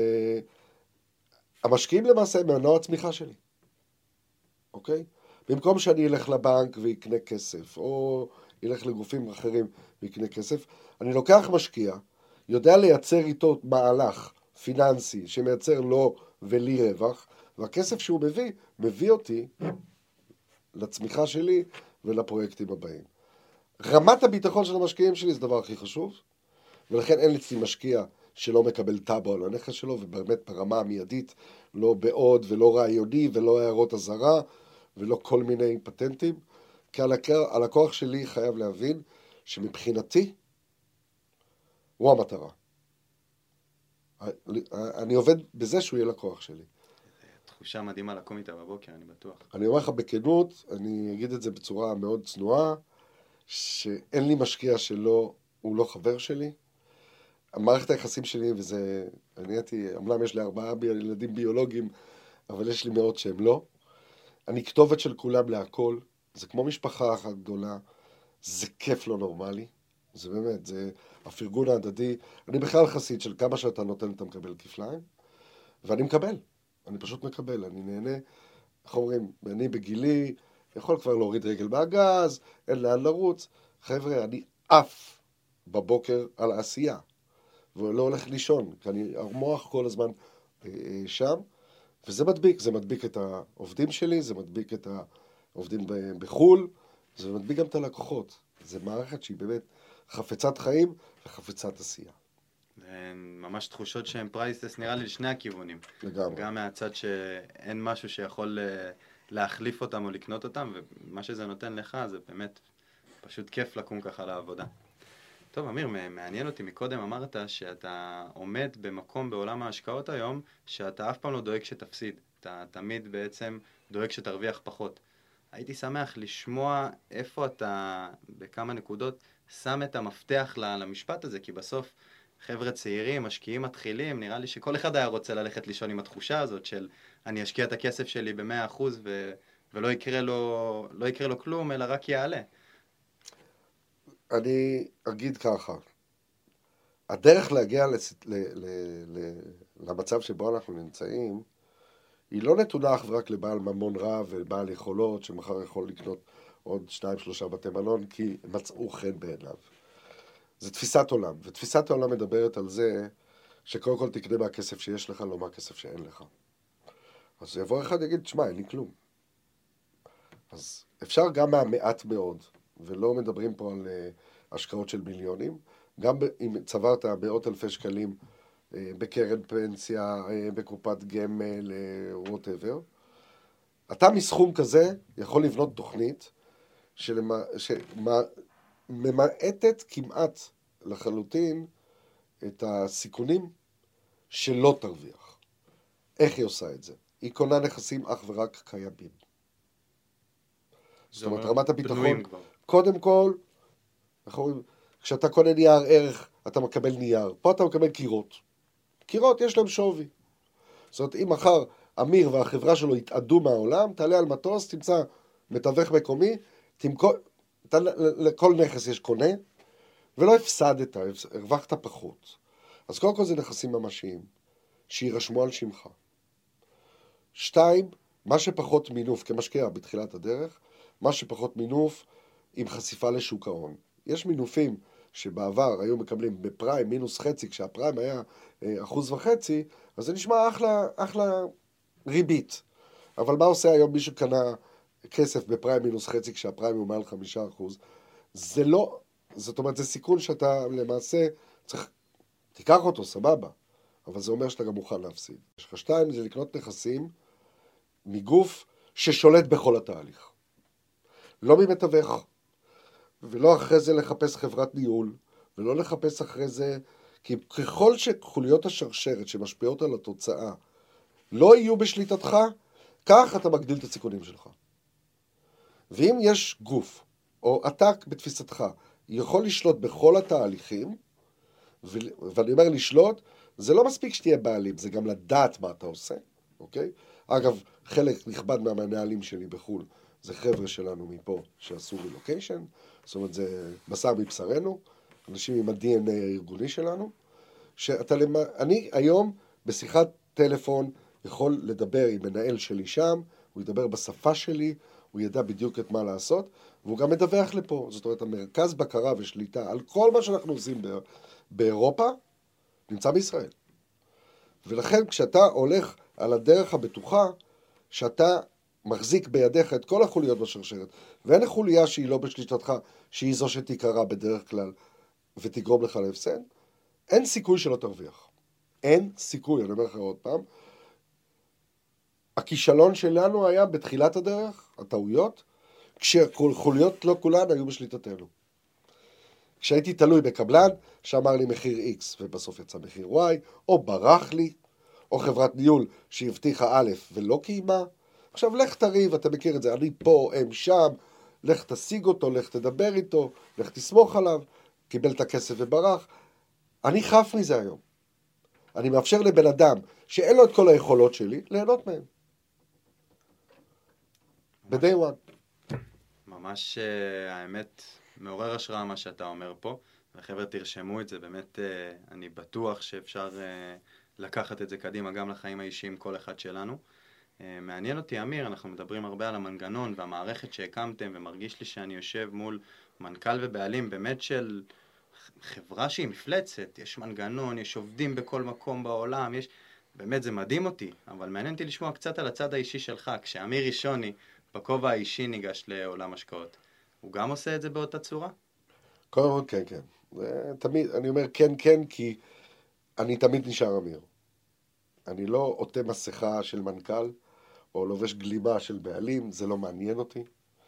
המשקיעים למעשה הם מנוע הצמיחה שלי, אוקיי? במקום שאני אלך לבנק ויקנה כסף, או ילך לגופים אחרים ויקנה כסף. אני לוקח משקיע, יודע לייצר איתו מהלך פיננסי שמייצר לו ולי רווח, והכסף שהוא מביא, מביא אותי לצמיחה שלי ולפרויקטים הבאים. רמת הביטחון של המשקיעים שלי זה הדבר הכי חשוב, ולכן אין אצלי משקיע שלא מקבל טאבו על הנכס שלו, ובאמת ברמה המיידית, לא בעוד ולא רעיוני ולא הערות הזרה, ולא כל מיני פטנטים, כי הלקוח שלי חייב להבין שמבחינתי הוא המטרה. אני עובד בזה שהוא יהיה לקוח שלי. תחושה מדהימה לקום איתה בבוקר, אני בטוח. אני אומר לך בכנות, אני אגיד את זה בצורה מאוד צנועה, שאין לי משקיע שלא, הוא לא חבר שלי. המערכת היחסים שלי, וזה, אני הייתי, אמנם יש לי ארבעה ילדים ביולוגיים, אבל יש לי מאות שהם לא. אני כתובת של כולם להכל, זה כמו משפחה אחת גדולה, זה כיף לא נורמלי, זה באמת, זה הפרגון ההדדי. אני בכלל חסיד של כמה שאתה נותן אתה מקבל כפליים, ואני מקבל, אני פשוט מקבל, אני נהנה, איך אומרים, אני בגילי, יכול כבר להוריד רגל מהגז, אין לאן לרוץ, חבר'ה, אני עף בבוקר על העשייה, ולא הולך לישון, כי אני, המוח כל הזמן אה, אה, שם, וזה מדביק, זה מדביק את העובדים שלי, זה מדביק את העובדים בחול, זה מדביק גם את הלקוחות. זה מערכת שהיא באמת חפצת חיים וחפצת עשייה. ממש תחושות שהן פרייסלס, נראה לי לשני הכיוונים. לגמרי. גם מהצד שאין משהו שיכול להחליף אותם או לקנות אותם, ומה שזה נותן לך זה באמת פשוט כיף לקום ככה לעבודה. טוב, אמיר, מעניין אותי, מקודם אמרת שאתה עומד במקום בעולם ההשקעות היום, שאתה אף פעם לא דואג שתפסיד. אתה תמיד בעצם דואג שתרוויח פחות. הייתי שמח לשמוע איפה אתה, בכמה נקודות, שם את המפתח למשפט הזה, כי בסוף חבר'ה צעירים, משקיעים מתחילים, נראה לי שכל אחד היה רוצה ללכת לישון עם התחושה הזאת של אני אשקיע את הכסף שלי ב-מאה אחוז ו- ולא יקרה לו, לא יקרה לו כלום, אלא רק יעלה. אני אגיד ככה, הדרך להגיע לס... ל... ל... ל... למצב שבו אנחנו נמצאים, היא לא נתונה אך ורק לבעל ממון רב ובעל יכולות, שמחר יכול לקנות עוד שניים, שלושה בתי מלון, כי מצאו חן בעיניו. זה תפיסת עולם, ותפיסת העולם מדברת על זה, שקודם כל תקנה מהכסף שיש לך, לא מהכסף שאין לך. אז יבוא אחד ויגיד, תשמע, אין לי כלום. אז אפשר גם מהמעט מאוד, ולא מדברים פה על uh, השקעות של מיליונים, גם אם צברת מאות אלפי שקלים uh, בקרן פנסיה, uh, בקופת גמל, uh, whatever, אתה מסכום כזה יכול לבנות תוכנית שממעטת כמעט לחלוטין את הסיכונים שלא תרוויח. איך היא עושה את זה? היא קונה נכסים אך ורק קיימים. זאת אומרת, רמת הביטחון, קודם כל, כשאתה קונה נייר ערך, אתה מקבל נייר. פה אתה מקבל קירות. קירות יש להם שווי. זאת אומרת, אם מחר אמיר והחברה שלו יתעדו מהעולם, תעלה על מטוס, תמצא מתווך מקומי, תמכור, לכל נכס יש קונה, ולא הפסדת, הרווחת פחות. אז קודם כל זה נכסים ממשיים, שירשמו על שמך. שתיים, מה שפחות מינוף, כמשקיע בתחילת הדרך, מה שפחות מינוף עם חשיפה לשוק ההון. יש מינופים שבעבר היו מקבלים בפריים מינוס חצי, כשהפריים היה אחוז וחצי, אז זה נשמע אחלה, אחלה ריבית. אבל מה עושה היום מי שקנה כסף בפריים מינוס חצי, כשהפריים הוא מעל חמישה אחוז? זה לא, זאת אומרת, זה סיכון שאתה למעשה צריך, תיקח אותו, סבבה, אבל זה אומר שאתה גם מוכן להפסיד. יש לך שתיים, זה לקנות נכסים מגוף ששולט בכל התהליך. לא ממתווך, ולא אחרי זה לחפש חברת ניהול, ולא לחפש אחרי זה, כי ככל שחוליות השרשרת שמשפיעות על התוצאה לא יהיו בשליטתך, כך אתה מגדיל את הסיכונים שלך. ואם יש גוף, או עתק בתפיסתך, יכול לשלוט בכל התהליכים, ו... ואני אומר לשלוט, זה לא מספיק שתהיה בעלים, זה גם לדעת מה אתה עושה, אוקיי? אגב, חלק נכבד מהמנהלים שלי בחול, זה חבר'ה שלנו מפה שעשו רילוקיישן, זאת אומרת, זה בשר מבשרנו, אנשים עם ה-די אן איי הארגוני שלנו, שאתה למ... אני היום בשיחת טלפון יכול לדבר עם מנהל שלי שם, הוא ידבר בשפה שלי, הוא ידע בדיוק את מה לעשות, והוא גם מדווח לפה. זאת אומרת, המרכז בקרה ושליטה על כל מה שאנחנו עושים בא... באירופה, נמצא בישראל. ולכן כשאתה הולך על הדרך הבטוחה, שאתה מחזיק בידיך את כל החוליות בשרשרת, ואין חוליה שהיא לא בשליטתך, שהיא זו שתיקרה בדרך כלל, ותגרום לך להפסד, אין סיכוי שלא תרוויח. אין סיכוי, אני אומר לך עוד פעם. הכישלון שלנו היה בתחילת הדרך, הטעויות, כשחוליות לא כולן היו בשליטתנו. כשהייתי תלוי בקבלן, שאמר לי מחיר X ובסוף יצא מחיר Y, או ברח לי, או חברת ניהול שהבטיחה א' ולא קיימה. עכשיו לך תריב, אתה מכיר את זה, אני פה, הם שם, לך תשיג אותו, לך תדבר איתו, לך תסמוך עליו, קיבל את הכסף וברח. אני חף מזה היום. אני מאפשר לבן אדם שאין לו את כל היכולות שלי, ליהנות מהם. ב-day one. ממש האמת מעורר השראה מה שאתה אומר פה, וחבר'ה תרשמו את זה, באמת אני בטוח שאפשר לקחת את זה קדימה גם לחיים האישיים כל אחד שלנו. מעניין אותי אמיר, אנחנו מדברים הרבה על המנגנון והמערכת שהקמתם, ומרגיש לי שאני יושב מול מנכ"ל ובעלים באמת של חברה שהיא מפלצת, יש מנגנון, יש עובדים בכל מקום בעולם, יש... באמת זה מדהים אותי, אבל מעניין אותי לשמוע קצת על הצד האישי שלך, כשאמיר ראשוני בכובע האישי ניגש לעולם השקעות. הוא גם עושה את זה באותה צורה? קודם כל, כן, כן. זה, תמיד, אני אומר כן, כן, כי אני תמיד נשאר אמיר. אני לא עוטה מסכה של מנכ"ל, או לובש גלימה של בעלים, זה לא מעניין אותי.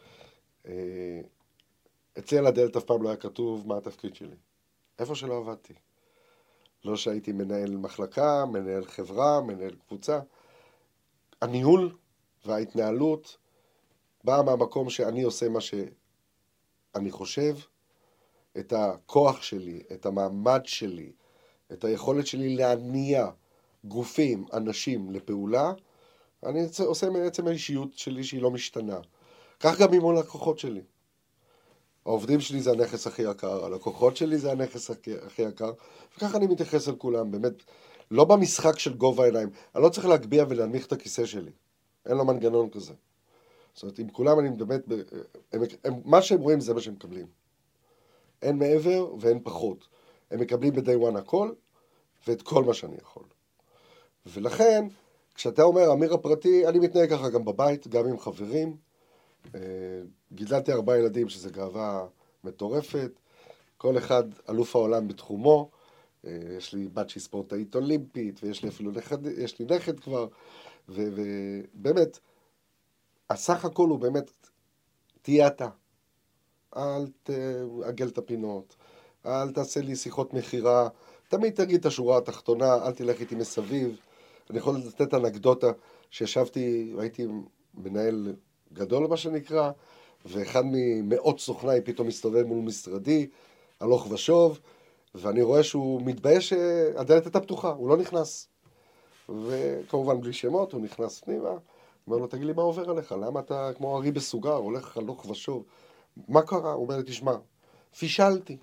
אצלי על הדלת אף פעם לא היה כתוב מה התפקיד שלי. איפה שלא עבדתי. לא שהייתי מנהל מחלקה, מנהל חברה, מנהל קבוצה. הניהול וההתנהלות באה מהמקום שאני עושה מה שאני חושב, את הכוח שלי, את המעמד שלי, את היכולת שלי להניע גופים, אנשים לפעולה, אני עושה מעצם האישיות שלי שהיא לא משתנה. כך גם עם הלקוחות שלי. העובדים שלי זה הנכס הכי יקר, הלקוחות שלי זה הנכס הכי יקר, וכך אני מתייחס על כולם, באמת, לא במשחק של גובה העיניים. אני לא צריך להגביה ולהנמיך את הכיסא שלי. אין לו מנגנון כזה. זאת אומרת, עם כולם אני באמת, הם, הם, מה שהם רואים זה מה שהם מקבלים. אין מעבר ואין פחות. הם מקבלים ב-day one הכל, ואת כל מה שאני יכול. ולכן, כשאתה אומר, אמיר הפרטי, אני מתנהג ככה גם בבית, גם עם חברים. גידלתי ארבעה ילדים, שזה גאווה מטורפת. כל אחד אלוף העולם בתחומו. יש לי בת שהיא ספורטאית אולימפית, ויש לי אפילו נכד, יש לי נכד כבר. ובאמת, הסך הכל הוא באמת, תהיה אתה. אל תעגל את הפינות, אל תעשה לי שיחות מחירה, תמיד תגיד את השורה התחתונה, אל תלך איתי מסביב. אני יכול לתת אנקדוטה שישבתי, הייתי מנהל גדול מה שנקרא, ואחד ממאות סוכניי פתאום מסתובב מול משרדי, הלוך ושוב, ואני רואה שהוא מתבייש שהדלת הייתה פתוחה, הוא לא נכנס. וכמובן בלי שמות, הוא נכנס פנימה, אומר לו, תגיד לי מה עובר עליך, למה אתה כמו ארי בסוגר, הולך הלוך ושוב. מה קרה? הוא אומר לי, תשמע, פישלתי.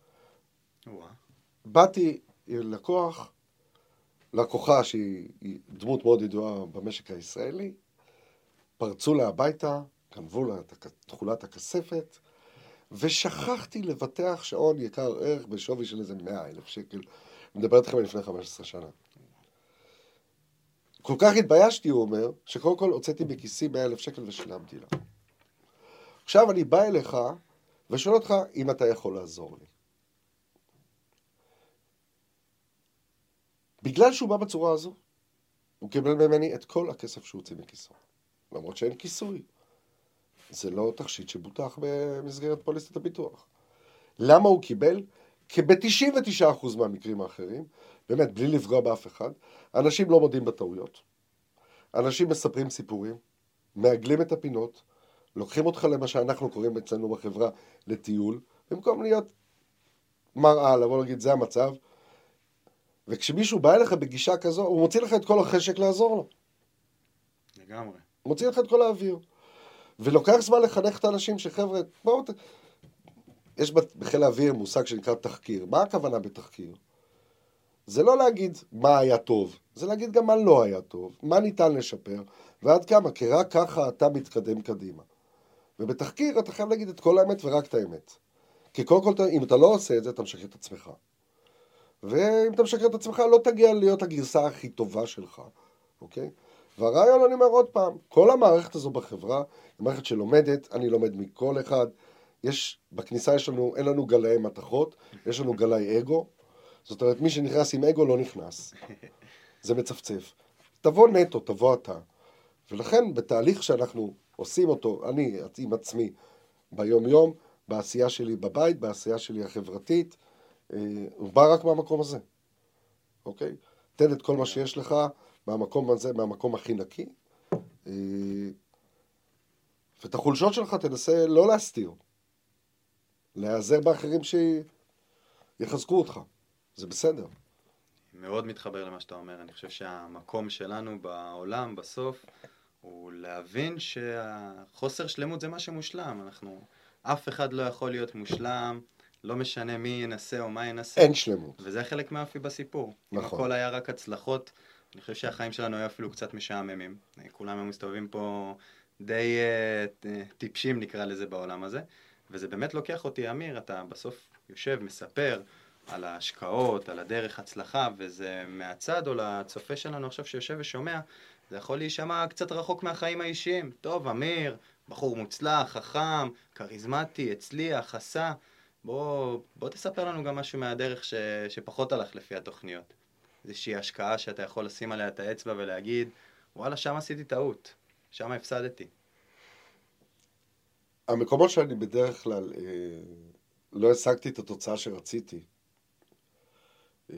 באתי לקוח, לקוחה שהיא דמות מאוד ידועה במשק הישראלי, פרצו לה הביתה, גנבו לה את תכולת הכספת, ושכחתי לבטח שעון יקר ערך בשווי של איזה מאה אלף שקל. מדבר איתכם לפני חמש עשרה שנה. כל כך התביישתי, הוא אומר, שקודם כל הוצאתי בכיסי מאה אלף שקל ושילמתי לה. עכשיו אני בא אליך ושואל אותך אם אתה יכול לעזור לי. בגלל שהוא בא בצורה הזו, הוא קיבל ממני את כל הכסף שהוא הוציא מכיסו. למרות שאין כיסוי. זה לא תכשיט שבוטח במסגרת פוליסת הביטוח. למה הוא קיבל? כי ב-תשעים ותשעה אחוז מהמקרים האחרים, באמת, בלי לפגוע באף אחד, אנשים לא מודים בטעויות. אנשים מספרים סיפורים, מעגלים את הפינות, לוקחים אותך למה שאנחנו קוראים אצלנו בחברה לטיול, במקום להיות מראה, לבוא להגיד, זה המצב. וכשמישהו בא אליך בגישה כזו, הוא מוציא לך את כל החשק לעזור לו. לגמרי. הוא מוציא לך את כל האוויר. ולוקח זמן לחנך את האנשים שחבר'ה, בואו, יש בחיל האוויר מושג שנקרא תחקיר. מה הכוונה בתחקיר? זה לא להגיד מה היה טוב, זה להגיד גם מה לא היה טוב, מה ניתן לשפר, ועד כמה, כי רק ככה אתה מתקדם קדימה. ובתחקיר אתה חייב להגיד את כל האמת ורק את האמת. כי קודם כל, אם אתה לא עושה את זה, אתה משקר את עצמך. ואם אתה משקר את עצמך, לא תגיע להיות הגרסה הכי טובה שלך, אוקיי? והרעיון, אני אומר עוד פעם, כל המערכת הזו בחברה, היא מערכת שלומדת, אני לומד מכל אחד. יש, בכניסה יש לנו, אין לנו גלאי מתכות, יש לנו גלאי אגו. זאת אומרת, מי שנכנס עם אגו לא נכנס. זה מצפצף. תבוא נטו, תבוא אתה. ולכן, בתהליך שאנחנו עושים אותו, אני עם עצמי, ביום יום, בעשייה שלי בבית, בעשייה שלי החברתית, הוא בא רק מהמקום הזה, אוקיי? תן את כל מה שיש לך מהמקום הזה, מהמקום הכי נקי, ואת החולשות שלך תנסה לא להסתיר, להיעזר באחרים שיחזקו אותך, זה בסדר. מאוד מתחבר למה שאתה אומר, אני חושב שהמקום שלנו בעולם בסוף הוא להבין שהחוסר שלמות זה מה שמושלם, אנחנו, אף אחד לא יכול להיות מושלם, לא משנה מי ינסה או מה ינסה. אין שלמות. וזה חלק מהאופי בסיפור. נכון. אם הכל היה רק הצלחות, אני חושב שהחיים שלנו היו אפילו קצת משעממים. כולם מסתובבים פה די uh, טיפשים נקרא לזה בעולם הזה, וזה באמת לוקח אותי, אמיר, אתה בסוף יושב, מספר על ההשקעות, על הדרך הצלחה, וזה מהצד או לצופה שלנו עכשיו שיושב ושומע, זה יכול להישמע קצת רחוק מהחיים האישיים. טוב, אמיר, בחור מוצלח, חכם, קריזמטי, הצליח, עשה. בוא, בוא תספר לנו גם משהו מהדרך ש, שפחות הלך לפי התוכניות. איזושהי השקעה שאתה יכול לשים עליה את האצבע ולהגיד, וואלה, שם עשיתי טעות, שם הפסדתי. המקומות שאני בדרך כלל אה, לא השגתי את התוצאה שרציתי, אה,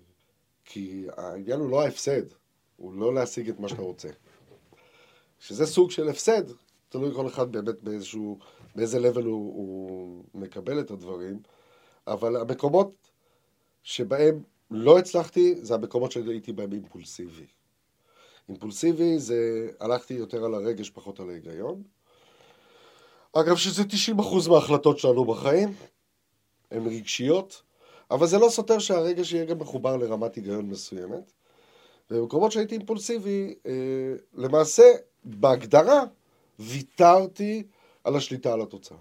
כי העניין הוא לא ההפסד, הוא לא להשיג את מה שאתה רוצה. שזה סוג של הפסד, תלוי כל אחד באמת באיזשהו, באיזה לבל הוא, הוא מקבל את הדברים, אבל המקומות שבהם לא הצלחתי, זה המקומות שהייתי בהם אימפולסיבי. אימפולסיבי זה, הלכתי יותר על הרגש, פחות על ההיגיון. אגב, שזה תשעים אחוז מההחלטות שלנו בחיים, הן רגשיות, אבל זה לא סותר שהרגש יהיה גם מחובר לרמת היגיון מסוימת. ובמקומות שהייתי אימפולסיבי, למעשה, בהגדרה, ויתרתי על השליטה על התוצאה.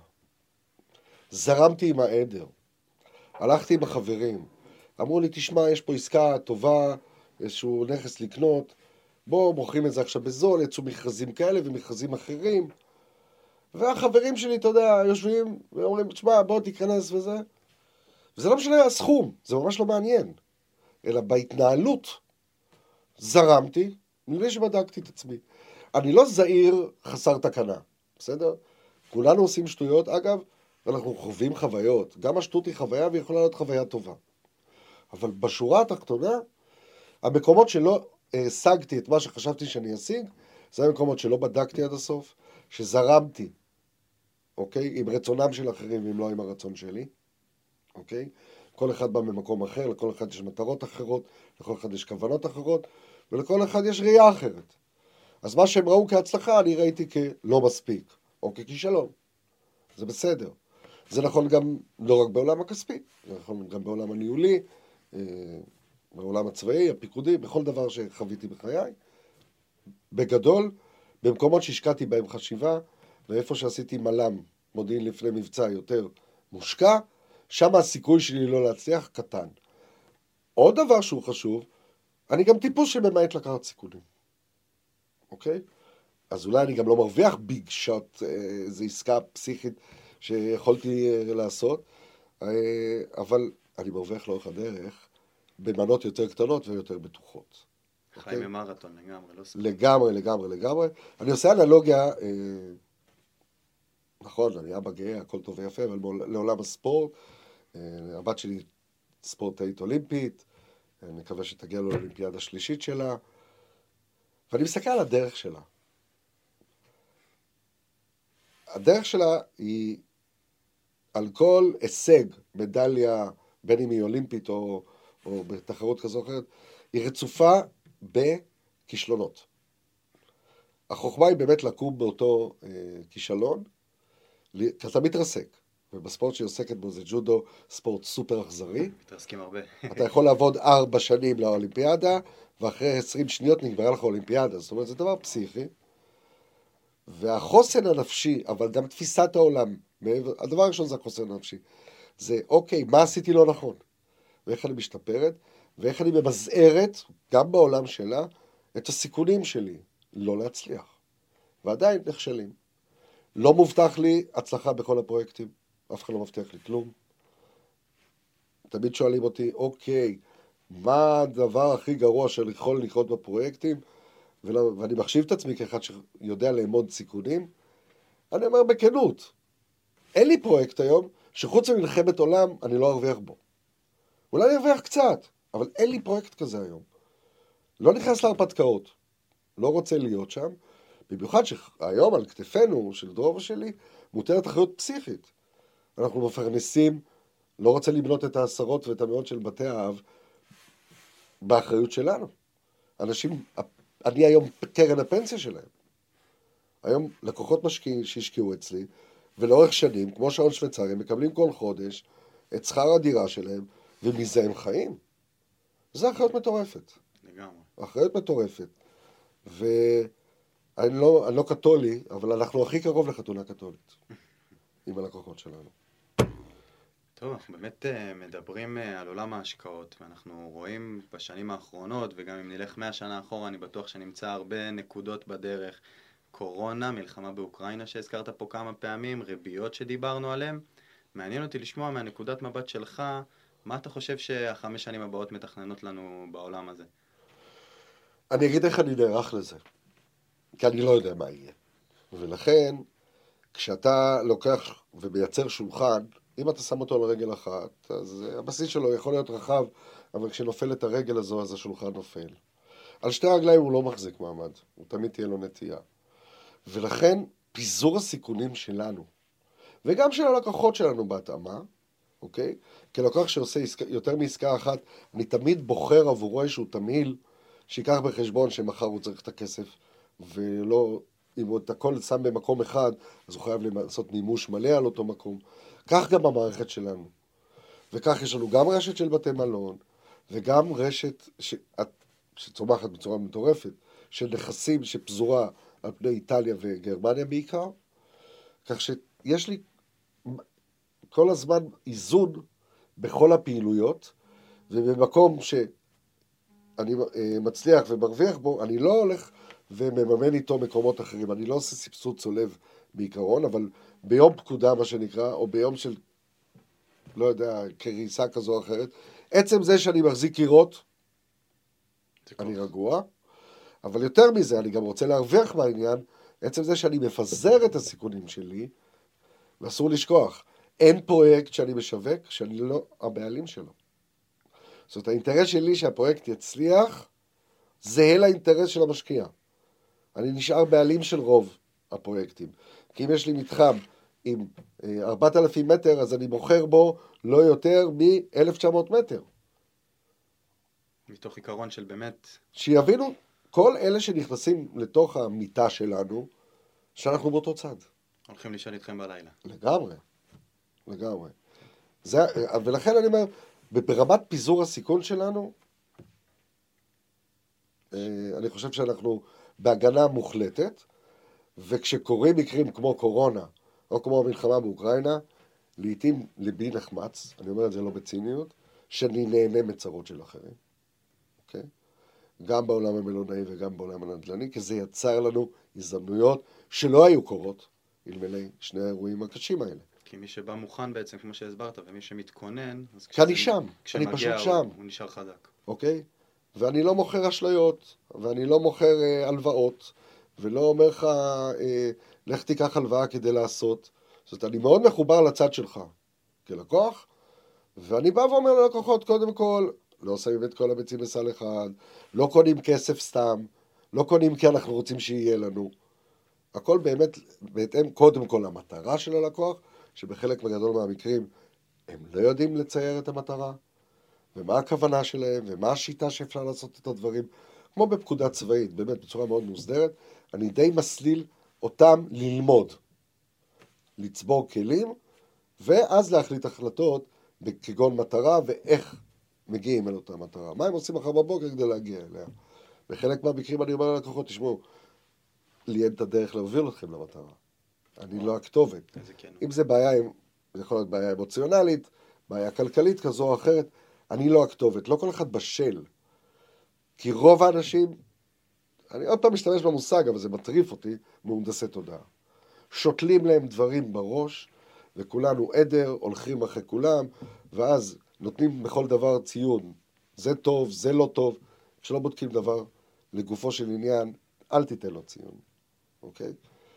זרמתי עם העדר. הלכתי עם החברים. אמרו לי, תשמע, יש פה עסקה טובה, איזשהו נכס לקנות, בואו, מוכרים את זה עכשיו בזול, יצאו מכרזים כאלה ומכרזים אחרים. והחברים שלי, אתה יודע, יושבים ואומרים, תשמע, בוא תיכנס וזה. וזה לא משנה הסכום, זה ממש לא מעניין. אלא בהתנהלות זרמתי, מבלי שבדקתי את עצמי. אני לא זהיר חסר תקנה, בסדר? כולנו עושים שטויות, אגב, אנחנו חווים חוויות. גם השטות היא חוויה ויכולה להיות חוויה טובה. אבל בשורה התחתונה, המקומות שלא השגתי את מה שחשבתי שאני אשיג, זה המקומות שלא בדקתי עד הסוף, שזרמתי, אוקיי? עם רצונם של אחרים, ואם לא עם הרצון שלי, אוקיי? כל אחד בא ממקום אחר, לכל אחד יש מטרות אחרות, לכל אחד יש כוונות אחרות, ולכל אחד יש ראייה אחרת. אז מה שהם ראו כהצלחה, אני ראיתי כלא מספיק, או ככישלון. זה בסדר. זה נכון גם לא רק בעולם הכספי, זה נכון גם בעולם הניהולי, בעולם הצבאי, הפיקודי, בכל דבר שחוויתי בחיי. בגדול, במקומות שהשקעתי בהם חשיבה, ואיפה שעשיתי מלם, מודיעין לפני מבצע יותר מושקע, שם הסיכוי שלי לא להצליח קטן. עוד דבר שהוא חשוב, אני גם טיפוס שממעט לקחת סיכונים. אוקיי? אז אולי אני גם לא מרוויח ביג שוט, איזו עסקה פסיכית שיכולתי לעשות, אבל אני מרוויח לאורך הדרך במנות יותר קטנות ויותר בטוחות. חיים ממרתון לגמרי, לא ספק. לגמרי, לגמרי, לגמרי. אני עושה אנלוגיה, נכון, אני אבא גאה, הכל טוב ויפה, אבל לעולם הספורט, הבת שלי ספורטאית אולימפית, אני מקווה שתגיע לאולימפיאדה השלישית שלה, ואני מסתכל על הדרך שלה. הדרך שלה היא על כל הישג, מדליה, בין אם היא אולימפית או, או בתחרות כזו או אחרת, היא רצופה בכישלונות. החוכמה היא באמת לקום באותו אה, כישלון, כי אתה מתרסק. ובספורט שהיא עוסקת בו זה ג'ודו, ספורט סופר אכזרי. מתרסקים הרבה. אתה יכול לעבוד ארבע שנים לאולימפיאדה, ואחרי עשרים שניות נגמרה לך אולימפיאדה. זאת אומרת, זה דבר פסיכי. והחוסן הנפשי, אבל גם תפיסת העולם, מעבר, הדבר הראשון זה החוסן הנפשי. זה, אוקיי, מה עשיתי לא נכון? ואיך אני משתפרת, ואיך אני ממזערת, גם בעולם שלה, את הסיכונים שלי, לא להצליח. ועדיין נכשלים. לא מובטח לי הצלחה בכל הפרויקטים, אף אחד לא מבטיח לי כלום. תמיד שואלים אותי, אוקיי, מה הדבר הכי גרוע שיכול לקרות בפרויקטים? ואני מחשיב את עצמי כאחד שיודע לאמוד סיכונים. אני אומר בכנות, אין לי פרויקט היום שחוץ ממלחמת עולם אני לא ארוויח בו. אולי אני ארוויח קצת, אבל אין לי פרויקט כזה היום. לא נכנס להרפתקאות, לא רוצה להיות שם, במיוחד שהיום על כתפינו של דרור ושלי מוטלת אחריות פסיכית. אנחנו מפרנסים, לא רוצה לבנות את העשרות ואת המאות של בתי האב באחריות שלנו. אנשים, אני היום קרן הפנסיה שלהם. היום לקוחות משקיעים שהשקיעו אצלי, ולאורך שנים, כמו שעון שוויצרי, הם מקבלים כל חודש את שכר הדירה שלהם, ומזה הם חיים. זה אחריות מטורפת. לגמרי. אחריות מטורפת. ואני לא, אני לא קתולי, אבל אנחנו הכי קרוב לחתונה קתולית, עם הלקוחות שלנו. טוב, אנחנו באמת מדברים על עולם ההשקעות, ואנחנו רואים בשנים האחרונות, וגם אם נלך מאה שנה אחורה, אני בטוח שנמצא הרבה נקודות בדרך. קורונה, מלחמה באוקראינה שהזכרת פה כמה פעמים, ריביות שדיברנו עליהן. מעניין אותי לשמוע מהנקודת מבט שלך, מה אתה חושב שהחמש שנים הבאות מתכננות לנו בעולם הזה? אני אגיד איך אני נערך לזה, כי אני לא יודע מה יהיה. ולכן, כשאתה לוקח ומייצר שולחן, אם אתה שם אותו על רגל אחת, אז הבסיס שלו יכול להיות רחב, אבל כשנופלת הרגל הזו, אז השולחן נופל. על שתי הרגליים הוא לא מחזיק מעמד, הוא תמיד תהיה לו נטייה. ולכן, פיזור הסיכונים שלנו, וגם של הלקוחות שלנו בהתאמה, אוקיי? כלקוח שעושה עסקה, יותר מעסקה אחת, אני תמיד בוחר עבורו איזשהו תמהיל, שיקח בחשבון שמחר הוא צריך את הכסף, ולא, אם הוא את הכל שם במקום אחד, אז הוא חייב לעשות מימוש מלא על אותו מקום. כך גם המערכת שלנו. וכך יש לנו גם רשת של בתי מלון, וגם רשת ש... שצומחת בצורה מטורפת, של נכסים שפזורה על פני איטליה וגרמניה בעיקר, כך שיש לי כל הזמן איזון בכל הפעילויות, ובמקום שאני מצליח ומרוויח בו, אני לא הולך ומממן איתו מקומות אחרים. אני לא עושה סבסוד צולב בעיקרון, אבל ביום פקודה, מה שנקרא, או ביום של, לא יודע, קריסה כזו או אחרת, עצם זה שאני מחזיק קירות, אני רגוע, אבל יותר מזה, אני גם רוצה להרוויח מהעניין, עצם זה שאני מפזר את הסיכונים שלי, ואסור לשכוח, אין פרויקט שאני משווק שאני לא הבעלים שלו. זאת אומרת, האינטרס שלי שהפרויקט יצליח, זהה לאינטרס של המשקיע. אני נשאר בעלים של רוב הפרויקטים. כי אם יש לי מתחם עם ארבעת אלפים מטר, אז אני מוכר בו לא יותר מ-אלף תשע מאות מטר. מתוך עיקרון של באמת... שיבינו כל אלה שנכנסים לתוך המיטה שלנו, שאנחנו באותו צד. הולכים לישון איתכם בלילה. לגמרי, לגמרי. זה, ולכן אני אומר, ברמת פיזור הסיכון שלנו, אני חושב שאנחנו בהגנה מוחלטת, וכשקורים מקרים כמו קורונה, או כמו המלחמה באוקראינה, לעתים ליבי נחמץ, אני אומר את זה לא בציניות, שאני נהנה מצרות של אחרים. אוקיי? גם בעולם המלונאי וגם בעולם הנדל"ני, כי זה יצר לנו הזדמנויות שלא היו קורות, אלמלא שני האירועים הקשים האלה. כי מי שבא מוכן בעצם, כמו שהסברת, ומי שמתכונן, אז כי אני שם, אני פשוט שם. הוא, הוא נשאר חזק. אוקיי? ואני לא מוכר אשליות, ואני לא מוכר אה, הלוואות, ולא אומר לך, אה, לך תיקח הלוואה כדי לעשות. זאת אומרת, אני מאוד מחובר לצד שלך, כלקוח, ואני בא ואומר ללקוחות, קודם כל, לא שמים את כל הביצים בסל אחד, לא קונים כסף סתם, לא קונים כי אנחנו רוצים שיהיה לנו. הכל באמת בהתאם קודם כל למטרה של הלקוח, שבחלק גדול מהמקרים הם לא יודעים לצייר את המטרה, ומה הכוונה שלהם, ומה השיטה שאפשר לעשות את הדברים. כמו בפקודה צבאית, באמת בצורה מאוד מוסדרת, אני די מסליל אותם ללמוד, לצבור כלים, ואז להחליט החלטות כגון מטרה ואיך מגיעים אל אותה מטרה. מה הם עושים אחר בבוקר כדי להגיע אליה? בחלק מהמקרים אני אומר ללקוחות, תשמעו, לי אין את הדרך להוביל אתכם למטרה. אני לא הכתובת. איזה כן. אם זה בעיה, זה יכול להיות בעיה אמוציונלית, בעיה כלכלית כזו או אחרת, אני לא הכתובת. לא כל אחד בשל. כי רוב האנשים, אני עוד פעם משתמש במושג, אבל זה מטריף אותי, מהונדסי תודעה. שותלים להם דברים בראש, וכולנו עדר, הולכים אחרי כולם, ואז נותנים בכל דבר ציון. זה טוב, זה לא טוב. כשלא בודקים דבר לגופו של עניין, אל תיתן לו ציון. אוקיי?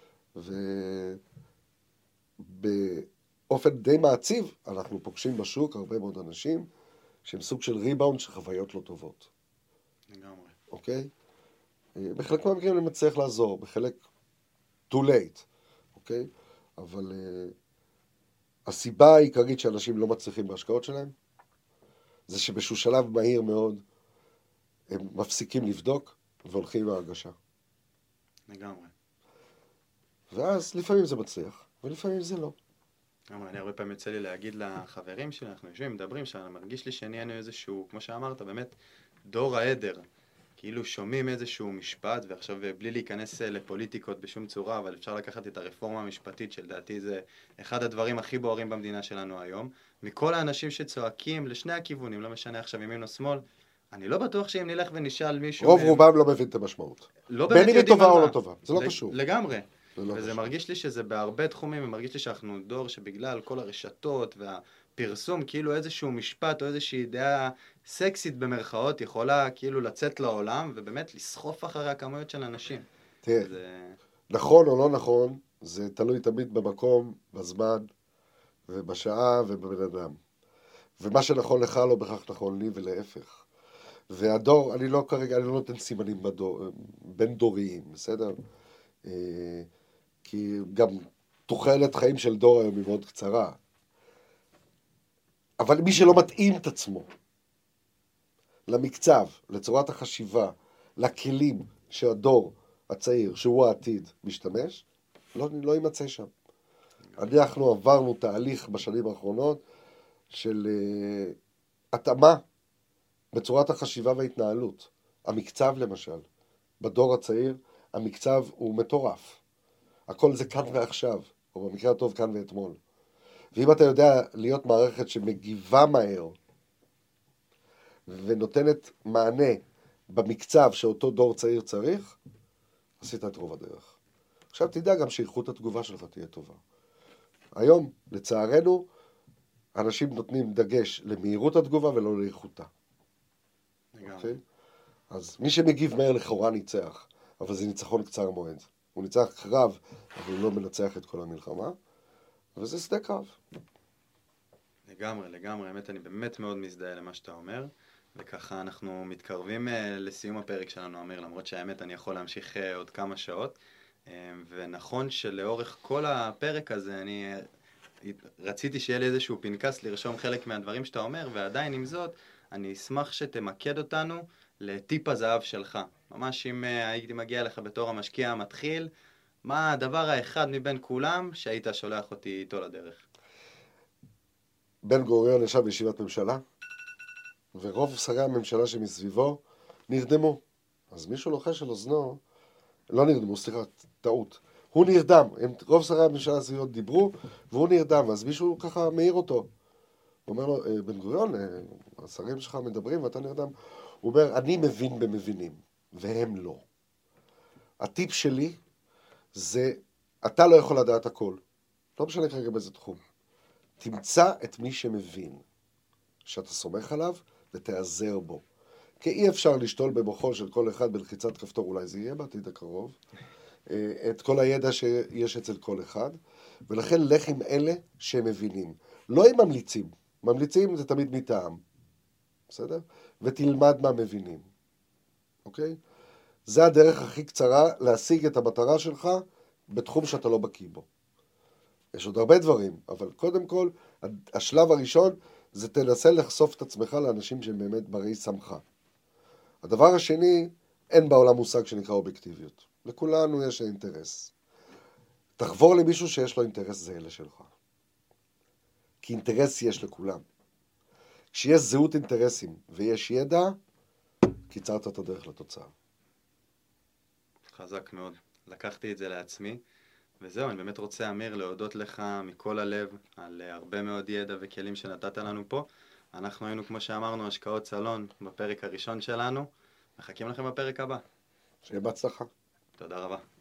ובאופן די מעציב, אנחנו פוגשים בשוק הרבה מאוד אנשים, שהם סוג של ריבאונד של חוויות לא טובות. לגמרי. אוקיי? בחלק מהמקרים אני מצליח לעזור, בחלק too late, אוקיי? אבל uh, הסיבה העיקרית שאנשים לא מצליחים בהשקעות שלהם, זה שבשהו שלב מהיר מאוד, הם מפסיקים לבדוק והולכים עם ההרגשה. לגמרי. ואז לפעמים זה מצליח, ולפעמים זה לא. לגמרי, אני הרבה פעמים יוצא לי להגיד לחברים שלי, אנחנו יושבים, מדברים, שאני מרגיש לי שנהיינו איזשהו, כמו שאמרת, באמת, דור העדר. כאילו שומעים איזשהו משפט, ועכשיו בלי להיכנס לפוליטיקות בשום צורה, אבל אפשר לקחת את הרפורמה המשפטית, שלדעתי זה אחד הדברים הכי בוערים במדינה שלנו היום. מכל האנשים שצועקים לשני הכיוונים, לא משנה עכשיו ימין או שמאל, אני לא בטוח שאם נלך ונשאל מישהו... רוב רובם לא מבין את המשמעות. לא באמת בין אם היא טובה או לא טובה, זה לא קשור. לגמרי. זה לא וזה קשור. מרגיש לי שזה בהרבה תחומים, ומרגיש לי שאנחנו דור שבגלל כל הרשתות והפרסום, כאילו איזשהו משפט או איזושהי דעה סקסית במרכאות, יכולה כאילו לצאת לעולם, ובאמת לסחוף אחרי הכמויות של אנשים. תראה, זה... נכון או לא נכון, זה תלוי תמיד במקום, בזמן, ובשעה ובבן אדם. ומה שנכון לך לא בכך נכון לי ולהפך. והדור, אני לא כרגע, אני לא נותן סימנים בדור, בין דוריים, בסדר? כי גם תוחלת חיים של דור היום היא מאוד קצרה. אבל מי שלא מתאים את עצמו למקצב, לצורת החשיבה, לכלים שהדור הצעיר, שהוא העתיד, משתמש, לא, לא יימצא שם. אנחנו עברנו תהליך בשנים האחרונות של uh, התאמה בצורת החשיבה וההתנהלות. המקצב למשל, בדור הצעיר, המקצב הוא מטורף. הכל זה כאן ועכשיו, או במקרה הטוב כאן ואתמול. ואם אתה יודע להיות מערכת שמגיבה מהר, ונותנת מענה במקצב שאותו דור צעיר צריך, עשית את רוב הדרך. עכשיו תדע גם שאיכות התגובה שלך תהיה טובה. היום, לצערנו, אנשים נותנים דגש למהירות התגובה ולא לאיכותה. אוקיי? אז מי שמגיב מהר לכאורה ניצח, אבל זה ניצחון קצר מועד. הוא ניצח קרב, אבל הוא לא מנצח את כל המלחמה, וזה שדה קרב. לגמרי, לגמרי. האמת, אני באמת מאוד מזדהה למה שאתה אומר, וככה אנחנו מתקרבים לסיום הפרק שלנו, אמיר, למרות שהאמת אני יכול להמשיך עוד כמה שעות, ונכון שלאורך כל הפרק הזה אני רציתי שיהיה לי איזשהו פנקס לרשום חלק מהדברים שאתה אומר, ועדיין עם זאת, אני אשמח שתמקד אותנו לטיפ הזהב שלך. ממש אם הייתי מגיע לך בתור המשקיע המתחיל, מה הדבר האחד מבין כולם שהיית שולח אותי איתו לדרך? בן גוריון ישב בישיבת ממשלה, ורוב שרי הממשלה שמסביבו נרדמו. אז מישהו לוחש על אוזנו, לא נרדמו, סליחה, טעות. הוא נרדם, הם, רוב שרי הממשלה הסביבות דיברו, והוא נרדם, אז מישהו ככה מעיר אותו. הוא אומר לו, בן גוריון, השרים שלך מדברים ואתה נרדם. הוא אומר, אני מבין במבינים, והם לא. הטיפ שלי זה, אתה לא יכול לדעת הכל. לא משנה כרגע באיזה תחום. תמצא את מי שמבין, שאתה סומך עליו ותעזר בו. כי אי אפשר לשתול במוחו של כל אחד בלחיצת כפתור, אולי זה יהיה בעתיד הקרוב, את כל הידע שיש אצל כל אחד, ולכן לך עם אלה שהם מבינים. לא עם ממליצים. ממליצים זה תמיד מטעם. בסדר? ותלמד מה מבינים. אוקיי? זה הדרך הכי קצרה להשיג את המטרה שלך בתחום שאתה לא בקיא בו. יש עוד הרבה דברים, אבל קודם כל, השלב הראשון זה תנסה לחשוף את עצמך לאנשים שהם באמת ברי שמחה. הדבר השני, אין בעולם מושג שנקרא אובייקטיביות. לכולנו יש אינטרס. תחבור למישהו שיש לו אינטרס זהה שלך. כי אינטרס יש לכולם. כשיש זהות אינטרסים ויש ידע, קיצרת את הדרך לתוצאה. חזק מאוד. לקחתי את זה לעצמי. וזהו, אני באמת רוצה, אמיר, להודות לך מכל הלב על הרבה מאוד ידע וכלים שנתת לנו פה. אנחנו היינו, כמו שאמרנו, השקעות סלון בפרק הראשון שלנו. מחכים לכם בפרק הבא. שיהיה בהצלחה. תודה רבה.